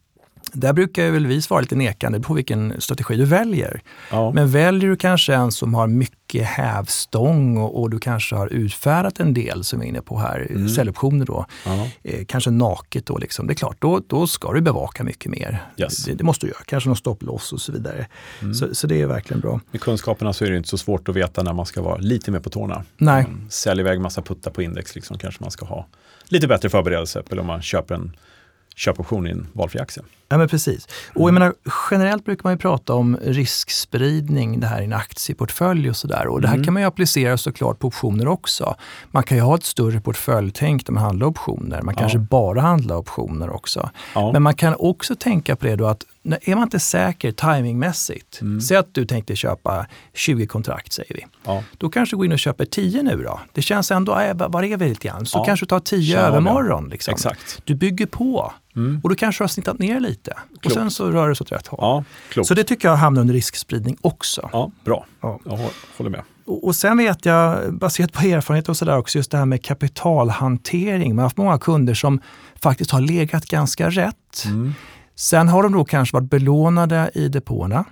där brukar väl vi svara lite nekande på vilken strategi du väljer. Ja. Men väljer du kanske en som har mycket hävstång och du kanske har utfärdat en del som vi är inne på här, säljoptioner då, kanske naket då liksom. Det är klart, då ska du bevaka mycket mer. Yes. Det måste du göra, kanske någon stopploss och så vidare. Så det är verkligen bra. Med kunskaperna så är det inte så svårt att veta när man ska vara lite mer på tårna. Nej. Säljer iväg massa puttar på index liksom, kanske man ska ha lite bättre förberedelse, eller om man köper en köpoption i en valfri aktie. Ja, men precis. Och jag menar, generellt brukar man ju prata om riskspridning, det här i en aktieportfölj och sådär. Och det här kan man ju applicera såklart på optioner också. Man kan ju ha ett större portföljtänk där man handlar optioner. Man kanske bara handlar optioner också. Ja. Men man kan också tänka på det då att är man inte säker timingmässigt, säg att du tänkte köpa 20 kontrakt säger vi. Ja. Då kanske du går in och köper 10 nu då. Det känns ändå, var är vi lite grann? Så kanske du tar 10 övermorgon. Liksom. Exakt. Du bygger på och du kanske har snittat ner lite. Klokt. Och sen så rör det sig åt rätt håll. Ja, klokt. Så det tycker jag hamnar under riskspridning också. Ja, bra. Ja. Jag håller med. Och sen vet jag, baserat på erfarenhet och sådär också, just det här med kapitalhantering. Man har haft många kunder som faktiskt har legat ganska rätt. Sen har de då kanske varit belånade i depåerna.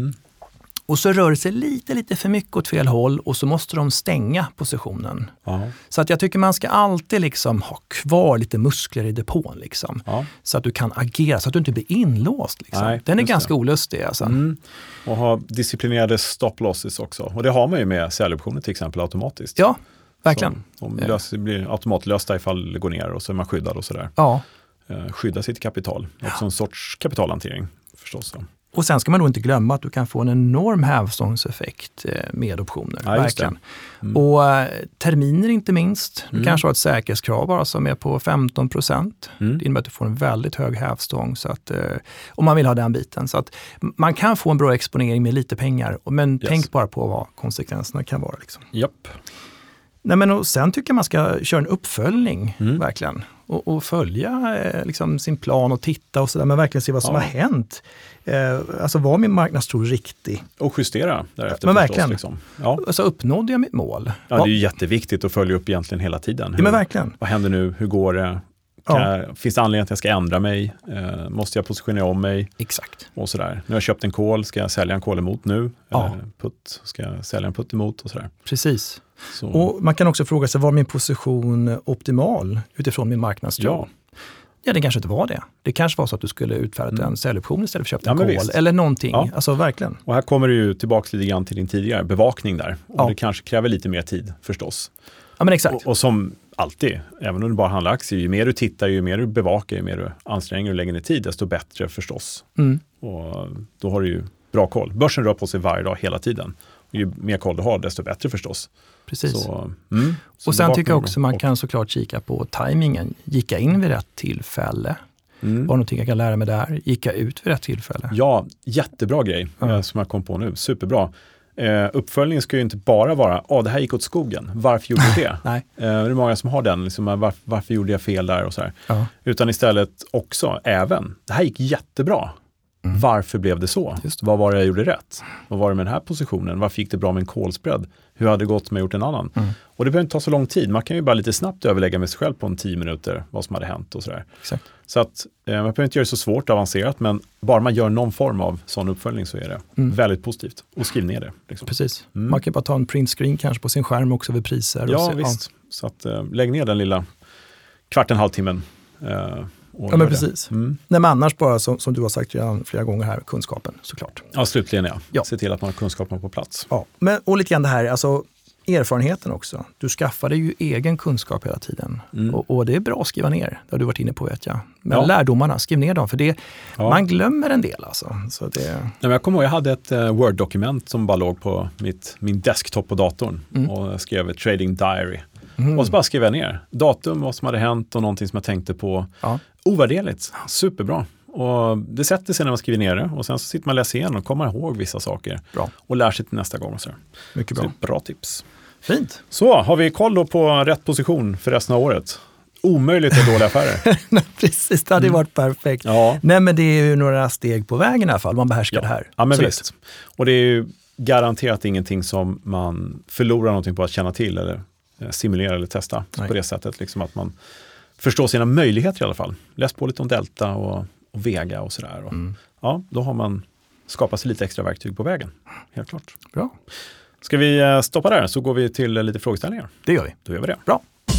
Och så rör det sig lite för mycket åt fel håll och så måste de stänga positionen. Ja. Så att jag tycker man ska alltid liksom ha kvar lite muskler i depån. Liksom, så att du kan agera, så att du inte blir inlåst. Liksom. Nej, den är ganska olustig. Alltså. Och ha disciplinerade stop losses också. Och det har man ju med säljoptioner till exempel automatiskt. Ja, verkligen. De blir automatlösta ifall det går ner och så är man skyddad och sådär. Ja. Skydda sitt kapital. Också en sorts kapitalhantering förstås. Och sen ska man då inte glömma att du kan få en enorm hävstångseffekt med optioner. Ja, verkligen. Och terminer inte minst. Du kanske har ett säkerhetskrav bara som är på 15%. Det innebär att du får en väldigt hög hävstång. Så att, om man vill ha den biten. Så att man kan få en bra exponering med lite pengar. Men tänk bara på vad konsekvenserna kan vara. Liksom. Japp. Nej, men och sen tycker jag man ska köra en uppföljning, verkligen. Och följa liksom, sin plan och titta och sådär, men verkligen se vad som har hänt. Alltså var min marknadstro riktig? Och justera därefter. Men verkligen. Liksom. Ja. Alltså uppnådde jag mitt mål? Ja, det är ju jätteviktigt att följa upp egentligen hela tiden. Men verkligen. Vad händer nu? Hur går det? Finns det anledning att jag ska ändra mig? Måste jag positionera om mig? Exakt. Och sådär. Nu har jag köpt en call, ska jag sälja en call emot nu? Putt, ska jag sälja en putt emot? Och sådär. Precis. Så. Och man kan också fråga sig, var min position optimal utifrån min marknadstro? Ja, det kanske inte var det. Det kanske var så att du skulle utfärda en säljoption istället för att köpa en call. Eller någonting. Ja. Alltså verkligen. Och här kommer du ju tillbaka lite grann till din tidigare bevakning där. Och det kanske kräver lite mer tid förstås. Ja, men exakt. Och som alltid, även om du bara handlar aktier, ju mer du tittar, ju mer du bevakar, ju mer du anstränger och lägger ner tid, desto bättre förstås. Och då har du ju bra koll. Börsen rör på sig varje dag hela tiden. Och ju mer koll du har, desto bättre förstås. Precis. Och sen tycker jag också man kan såklart kika på tajmingen. Gick jag in vid rätt tillfälle? Var det någonting jag kan lära mig där? Gick jag ut vid rätt tillfälle? Ja, jättebra grej som jag kom på nu. Superbra. Uppföljningen ska ju inte bara vara, det här gick åt skogen. Varför gjorde jag det? Nej. Det är många som har den. Liksom, varför gjorde jag fel där och så här. Utan istället också, det här gick jättebra. Varför blev det så? Vad var det jag gjorde rätt? Vad var det med den här positionen? Varför gick det bra med en call spread? Hur hade det gått om jag gjort en annan? Och det behöver inte ta så lång tid. Man kan ju bara lite snabbt överlägga med sig själv på 10 minuter vad som hade hänt och sådär. Exakt. Så att man behöver inte göra det så svårt och avancerat, men bara man gör någon form av sån uppföljning så är det väldigt positivt. Och skriv ner det. Liksom. Precis. Man kan bara ta en printscreen kanske på sin skärm också vid priser. Ja, och visst. Så att lägg ner den lilla en halvtimmen. Ja, men precis. Nej, men annars bara som du har sagt redan flera gånger här, kunskapen såklart. Ja, slutligen se till att man har kunskapen på plats. Ja, men och lite grann det här, alltså erfarenheten också. Du skaffade ju egen kunskap hela tiden. Och det är bra att skriva ner, det har du varit inne på vet jag. Men lärdomarna, skriv ner dem, för det, man glömmer en del alltså. Så det... Nej, men jag kommer ihåg, jag hade ett Word-dokument som bara låg på min desktop på datorn och jag skrev ett trading diary. Och så bara skrev jag ner datum, vad som hade hänt och någonting som jag tänkte på. Ovärderligt, superbra. Och det sätter sig när man skriver ner det och sen så sitter man och läser igen och kommer ihåg vissa saker. Bra. Och lär sig till nästa gång. Och så. Mycket bra. Så bra tips. Fint. Så, har vi koll då på rätt position för resten av året? Omöjligt att dåliga affärer. Precis, det hade varit perfekt. Ja. Nej, men det är ju några steg på vägen i alla fall. Man behärskar det här. Ja, men visst. Och det är ju garanterat ingenting som man förlorar någonting på att känna till eller simulera eller testa på det sättet. Liksom att man förstår sina möjligheter i alla fall. Läs på lite om delta och vega och sådär. Och, då har man skapat sig lite extra verktyg på vägen. Helt klart. Bra. Ska vi stoppa där så går vi till lite frågeställningar? Det gör vi. Då gör vi det. Bra.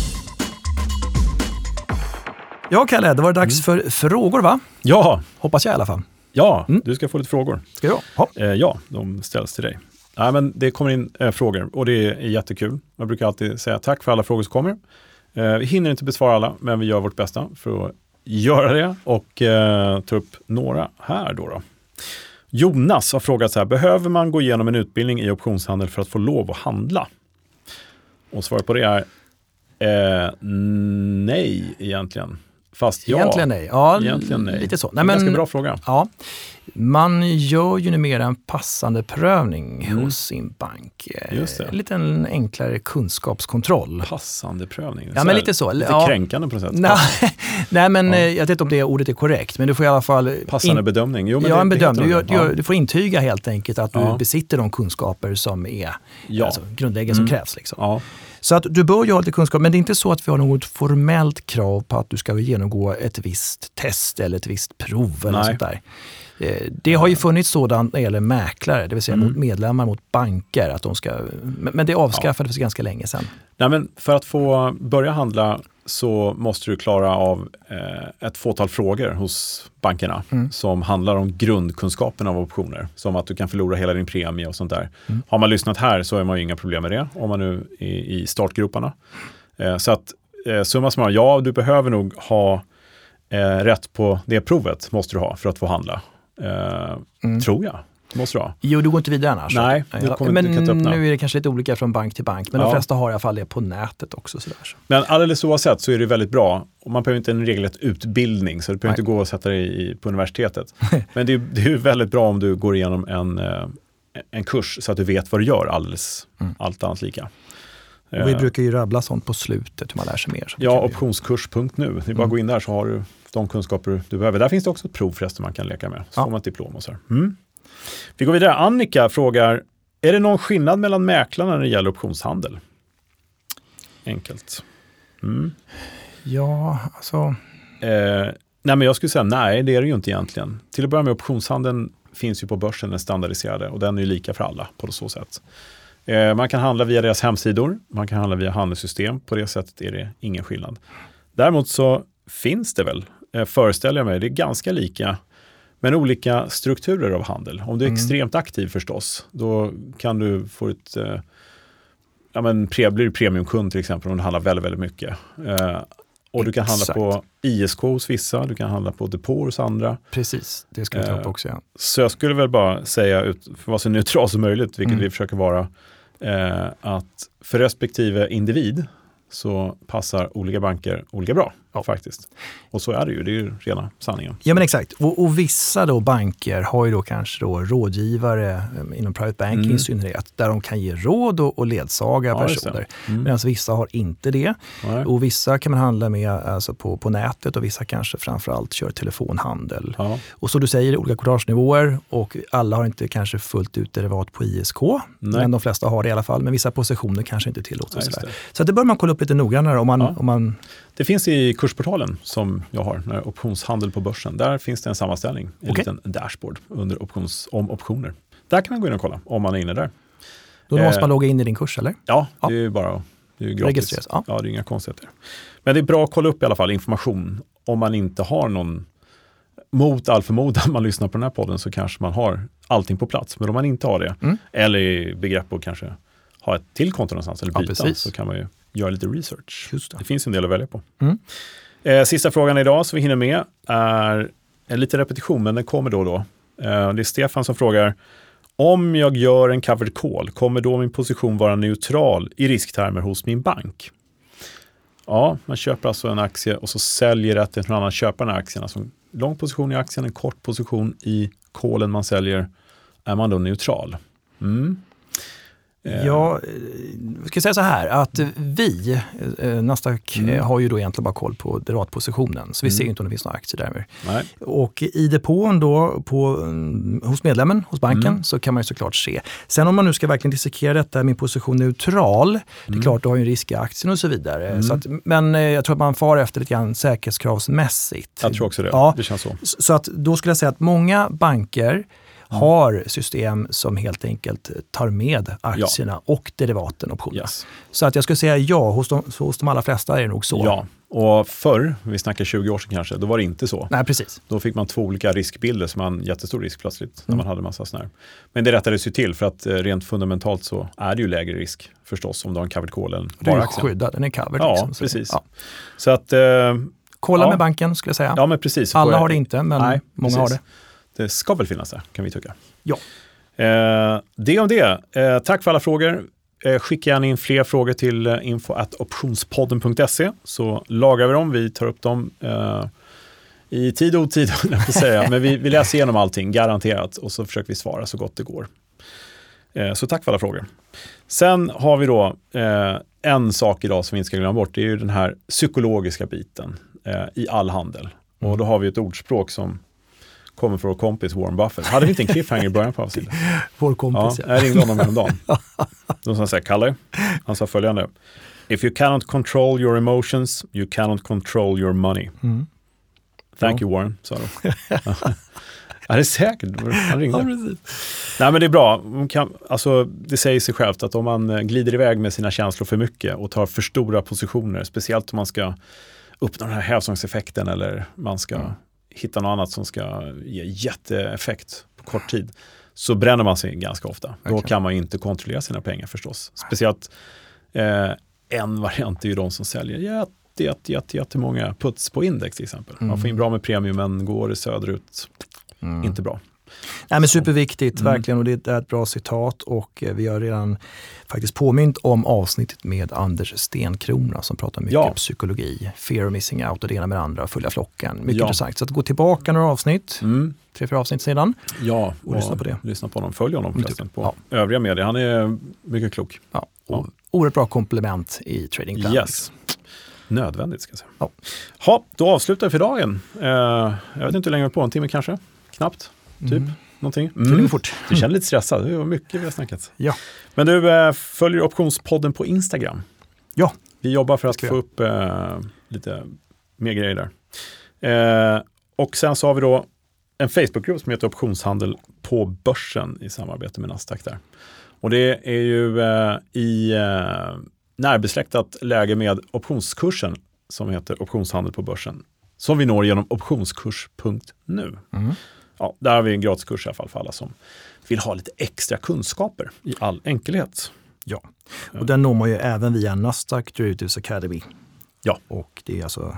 Ja, Kalle, det var dags för frågor, va? Ja. Hoppas jag i alla fall. Ja, du ska få lite frågor. Ska jag? Ja, de ställs till dig. Nej, men det kommer in frågor och det är jättekul. Jag brukar alltid säga tack för alla frågor som kommer. Vi hinner inte besvara alla, men vi gör vårt bästa för att göra det och ta upp några här då. Jonas har frågat så här, behöver man gå igenom en utbildning i optionshandel för att få lov att handla? Och svaret på det är nej egentligen. Fast egentligen nej. Ja, egentligen nej. Lite så. Nej, men, ganska bra fråga. Ja, man gör ju numera en passande prövning hos sin bank. Just det. En liten enklare kunskapskontroll. Passande prövning? Ja, men lite så. Lite kränkande på något sätt. Nej, men jag vet inte om det ordet är korrekt, men du får i alla fall... Passande bedömning? Jo, men en bedömning. Du får intyga helt enkelt att du besitter de kunskaper som är grundläggande som krävs. Liksom. Ja. Så att du bör ju ha lite kunskap, men det är inte så att vi har något formellt krav på att du ska genomgå ett visst test eller ett visst prov eller sånt där. Det har ju funnits sådant när det gäller mäklare, det vill säga mot medlemmar, mot banker, att de ska, men det avskaffades för ganska länge sedan. Nej, men för att få börja handla så måste du klara av ett fåtal frågor hos bankerna som handlar om grundkunskapen av optioner. Som att du kan förlora hela din premie och sånt där. Har man lyssnat här så har man ju inga problem med det om man nu är i startgroparna. Så att summa summarum, du behöver nog ha rätt på det provet måste du ha för att få handla. Tror jag. Måste du ha. Jo, du går inte vidare annars. Nej, men nu är det kanske lite olika från bank till bank. Men de flesta har i alla fall det på nätet också. Sådär. Men alldeles oavsett så är det väldigt bra. Och man behöver inte en regelrätt utbildning så du behöver inte gå och sätta dig på universitetet. Men det är ju väldigt bra om du går igenom en kurs så att du vet vad du gör allt annat lika. Och vi brukar ju rabbla sånt på slutet hur man lär sig mer. Ja, optionskurs.nu. Det är bara att gå in där så har du de kunskaper du behöver. Där finns det också ett prov förresten man kan leka med. Så får man ett diplom och så här. Vi går vidare. Annika frågar, är det någon skillnad mellan mäklarna när det gäller optionshandel? Enkelt. Ja, alltså... Nej, men jag skulle säga nej, det är det ju inte egentligen. Till att börja med, optionshandeln finns ju på börsen, den standardiserade, och den är ju lika för alla på så sätt. Man kan handla via deras hemsidor, man kan handla via handelssystem, på det sättet är det ingen skillnad. Däremot så finns det väl, föreställer jag mig, det är ganska lika, men olika strukturer av handel. Om du är extremt aktiv förstås, då kan du få ett blir premiumkund till exempel om du handlar väldigt, väldigt mycket. Och du kan handla på ISK hos vissa, du kan handla på depå hos andra. Precis, det ska jag ta upp också. Ja. Så jag skulle väl bara säga, för att vara så neutral som möjligt, vilket vi försöker vara, att för respektive individ så passar olika banker olika bra faktiskt. Och så är det ju rena sanningen. Ja, men exakt. Och vissa då banker har ju då kanske då rådgivare inom private banking i synnerhet, där de kan ge råd och ledsaga personer. Medan vissa har inte det. Nej. Och vissa kan man handla med alltså på nätet och vissa kanske framförallt kör telefonhandel. Ja. Och så du säger olika courtagenivåer och alla har inte kanske fullt ut derivat på ISK. Nej. Men de flesta har det i alla fall. Men vissa positioner kanske inte tillåts. Så det bör man kolla upp lite noggrannare om man... Det finns i kursportalen som jag har, optionshandel på börsen. Där finns det en sammanställning, en liten dashboard om optioner. Där kan man gå in och kolla om man är inne där. Då måste man logga in i din kurs, eller? Ja, det är ju bara gratis. Registreras. Ja, det är inga konstigheter. Men det är bra att kolla upp i alla fall information om man inte har någon, mot all förmodan man lyssnar på den här podden så kanske man har allting på plats. Men om man inte har det, eller i begrepp att kanske ha ett till konto någonstans eller byta, så kan man ju göra lite research. Det finns en del att välja på. Sista frågan idag som vi hinner med är en liten repetition, men den kommer då och då. Det är Stefan som frågar, om jag gör en covered call, kommer då min position vara neutral i risktermer hos min bank? Ja, man köper alltså en aktie och så säljer det till någon annan köpare den här aktien. Alltså en lång position i aktien, en kort position i callen man säljer. Är man då neutral? Jag ska säga så här att vi, Nasdaq, har ju då egentligen bara koll på derivatpositionen. Så vi ser ju inte om det finns några aktier där. Nej. Och i depån då hos medlemmen, hos banken, så kan man ju såklart se. Sen om man nu ska verkligen dissekera detta med position neutral, det är klart du har ju en risk i aktien och så vidare. Så att, men jag tror att man far efter lite grann säkerhetskravsmässigt. Jag tror också det, det känns så. Så att då skulle jag säga att många banker har system som helt enkelt tar med aktierna och derivaten, optioner. Yes. Så att jag skulle säga hos de allra flesta är det nog så. Ja, och förr, vi snackar 20 år sedan kanske, då var det inte så. Nej, precis. Då fick man 2 olika riskbilder som man jättestor risk plötsligt när man hade massa sådär. Men det rättades ju till för att rent fundamentalt så är det ju lägre risk förstås om du har en covered call än bara aktien. Skyddad, den är covered. Ja, liksom, precis. Så att... kolla med banken skulle jag säga. Ja, men precis. Alla har det inte, men många har det. Det ska väl finnas där, kan vi tycka. Ja. Det om det. Tack för alla frågor. skicka gärna in fler frågor till info@optionspodden.se så lagrar vi dem. Vi tar upp dem i tid och otid, säga. Men vi läser igenom allting, garanterat. Och så försöker vi svara så gott det går. Så tack för alla frågor. Sen har vi då en sak idag som vi inte ska glömma bort. Det är ju den här psykologiska biten i all handel. Och då har vi ett ordspråk som kommer från vår kompis Warren Buffett. Hade vi inte en cliffhanger i början på avsnittet? Vår kompis, ja. Jag ringde honom häromdagen. De sa så här, Kalle, han sa följande. If you cannot control your emotions, you cannot control your money. Thank you Warren, sa de. Ja, det är säkert. Han ringde. Ja, precis. Nej, men det är bra. Alltså, det säger sig självt att om man glider iväg med sina känslor för mycket och tar för stora positioner, speciellt om man ska uppnå den här hävstångseffekten eller man ska hitta något annat som ska ge jätteeffekt på kort tid, så bränner man sig ganska ofta. Då kan man inte kontrollera sina pengar förstås. Speciellt en variant är ju de som säljer jättemånga puts på index till exempel. Man får in bra med premium men går det söderut inte bra. Nej, men superviktigt, verkligen, och det är ett bra citat och vi har redan faktiskt påmint om avsnittet med Anders Stenkrona som pratar mycket psykologi, fear of missing out och det ena med det andra, följa flocken. Mycket intressant. Så att gå tillbaka några avsnitt, 3-4 avsnitt sedan och lyssna på det. Lyssna på honom, följ honom förresten på övriga medier. Han är mycket klok. Ja, och oerhört bra komplement i trading plan. Yes. Nödvändigt ska jag säga. Då avslutar vi för dagen. Jag vet inte hur länge vi är på, en timme kanske? Knappt, typ. Någonting. Fort. Du känner lite stressad, det var mycket vi har snackat. Ja. Men du följer Optionspodden på Instagram. Ja. Vi jobbar för att få upp lite mer grejer där. Och sen så har vi då en Facebookgrupp som heter Optionshandel på börsen i samarbete med Nasdaq där. Och det är ju i närbesläktat läge med optionskursen som heter Optionshandel på börsen. Som vi når genom optionskurs.nu. Ja, där har vi en gratiskurs i alla fall för alla som vill ha lite extra kunskaper i all enkelhet. Ja, och den når man ju även via Nasdaq Derivatives Academy. Ja. Och det är alltså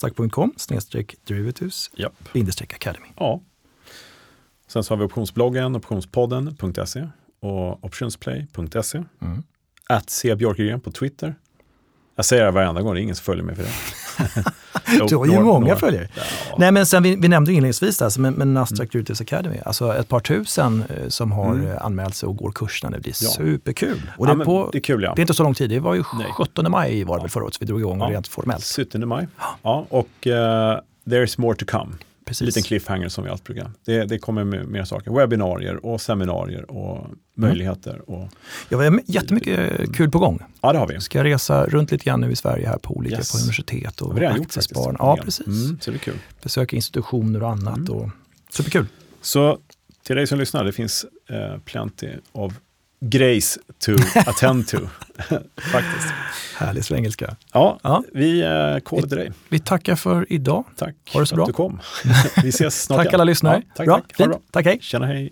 nasdaq.com/derivatives-academy. Ja. Sen så har vi optionsbloggen, optionspodden.se och optionsplay.se. @cbjorkegren på Twitter. Jag säger det varenda gång, det är ingen som följer mig för det. Du har ju många följare. Ja. Nej, men sen vi nämnde inledningsvis där, men Nasdaq Derivatives Academy, alltså ett par tusen som har anmält sig och går kurserna. Det blir superkul. Och det är kul, det är inte så lång tid, det var ju 17 maj var det väl förra året så vi drog igång rent formellt. 17 maj. Ja, och there's more to come. Precis. En liten cliffhanger som vi alltid brukar. Det kommer mer saker. Webbinarier och seminarier och möjligheter. Och vi har jättemycket kul på gång. Ja, det har vi. Ska resa runt lite grann nu i Sverige här på olika på universitet och aktiespararna. Ja, precis. Så det är kul. Besöka institutioner och annat. Och superkul. Så till dig som lyssnar, det finns plenty of grejs to attend to. Faktiskt. Härlig svengelska. Ja. Vi kollar till dig. Vi tackar för idag. Tack ha det så bra. Att du kom. Vi ses snart. Tack alla lyssnare. Ja, tack. Bra. Tack, hej. Tjena, hej.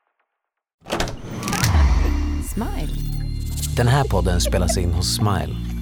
Den här podden spelas in hos Smile.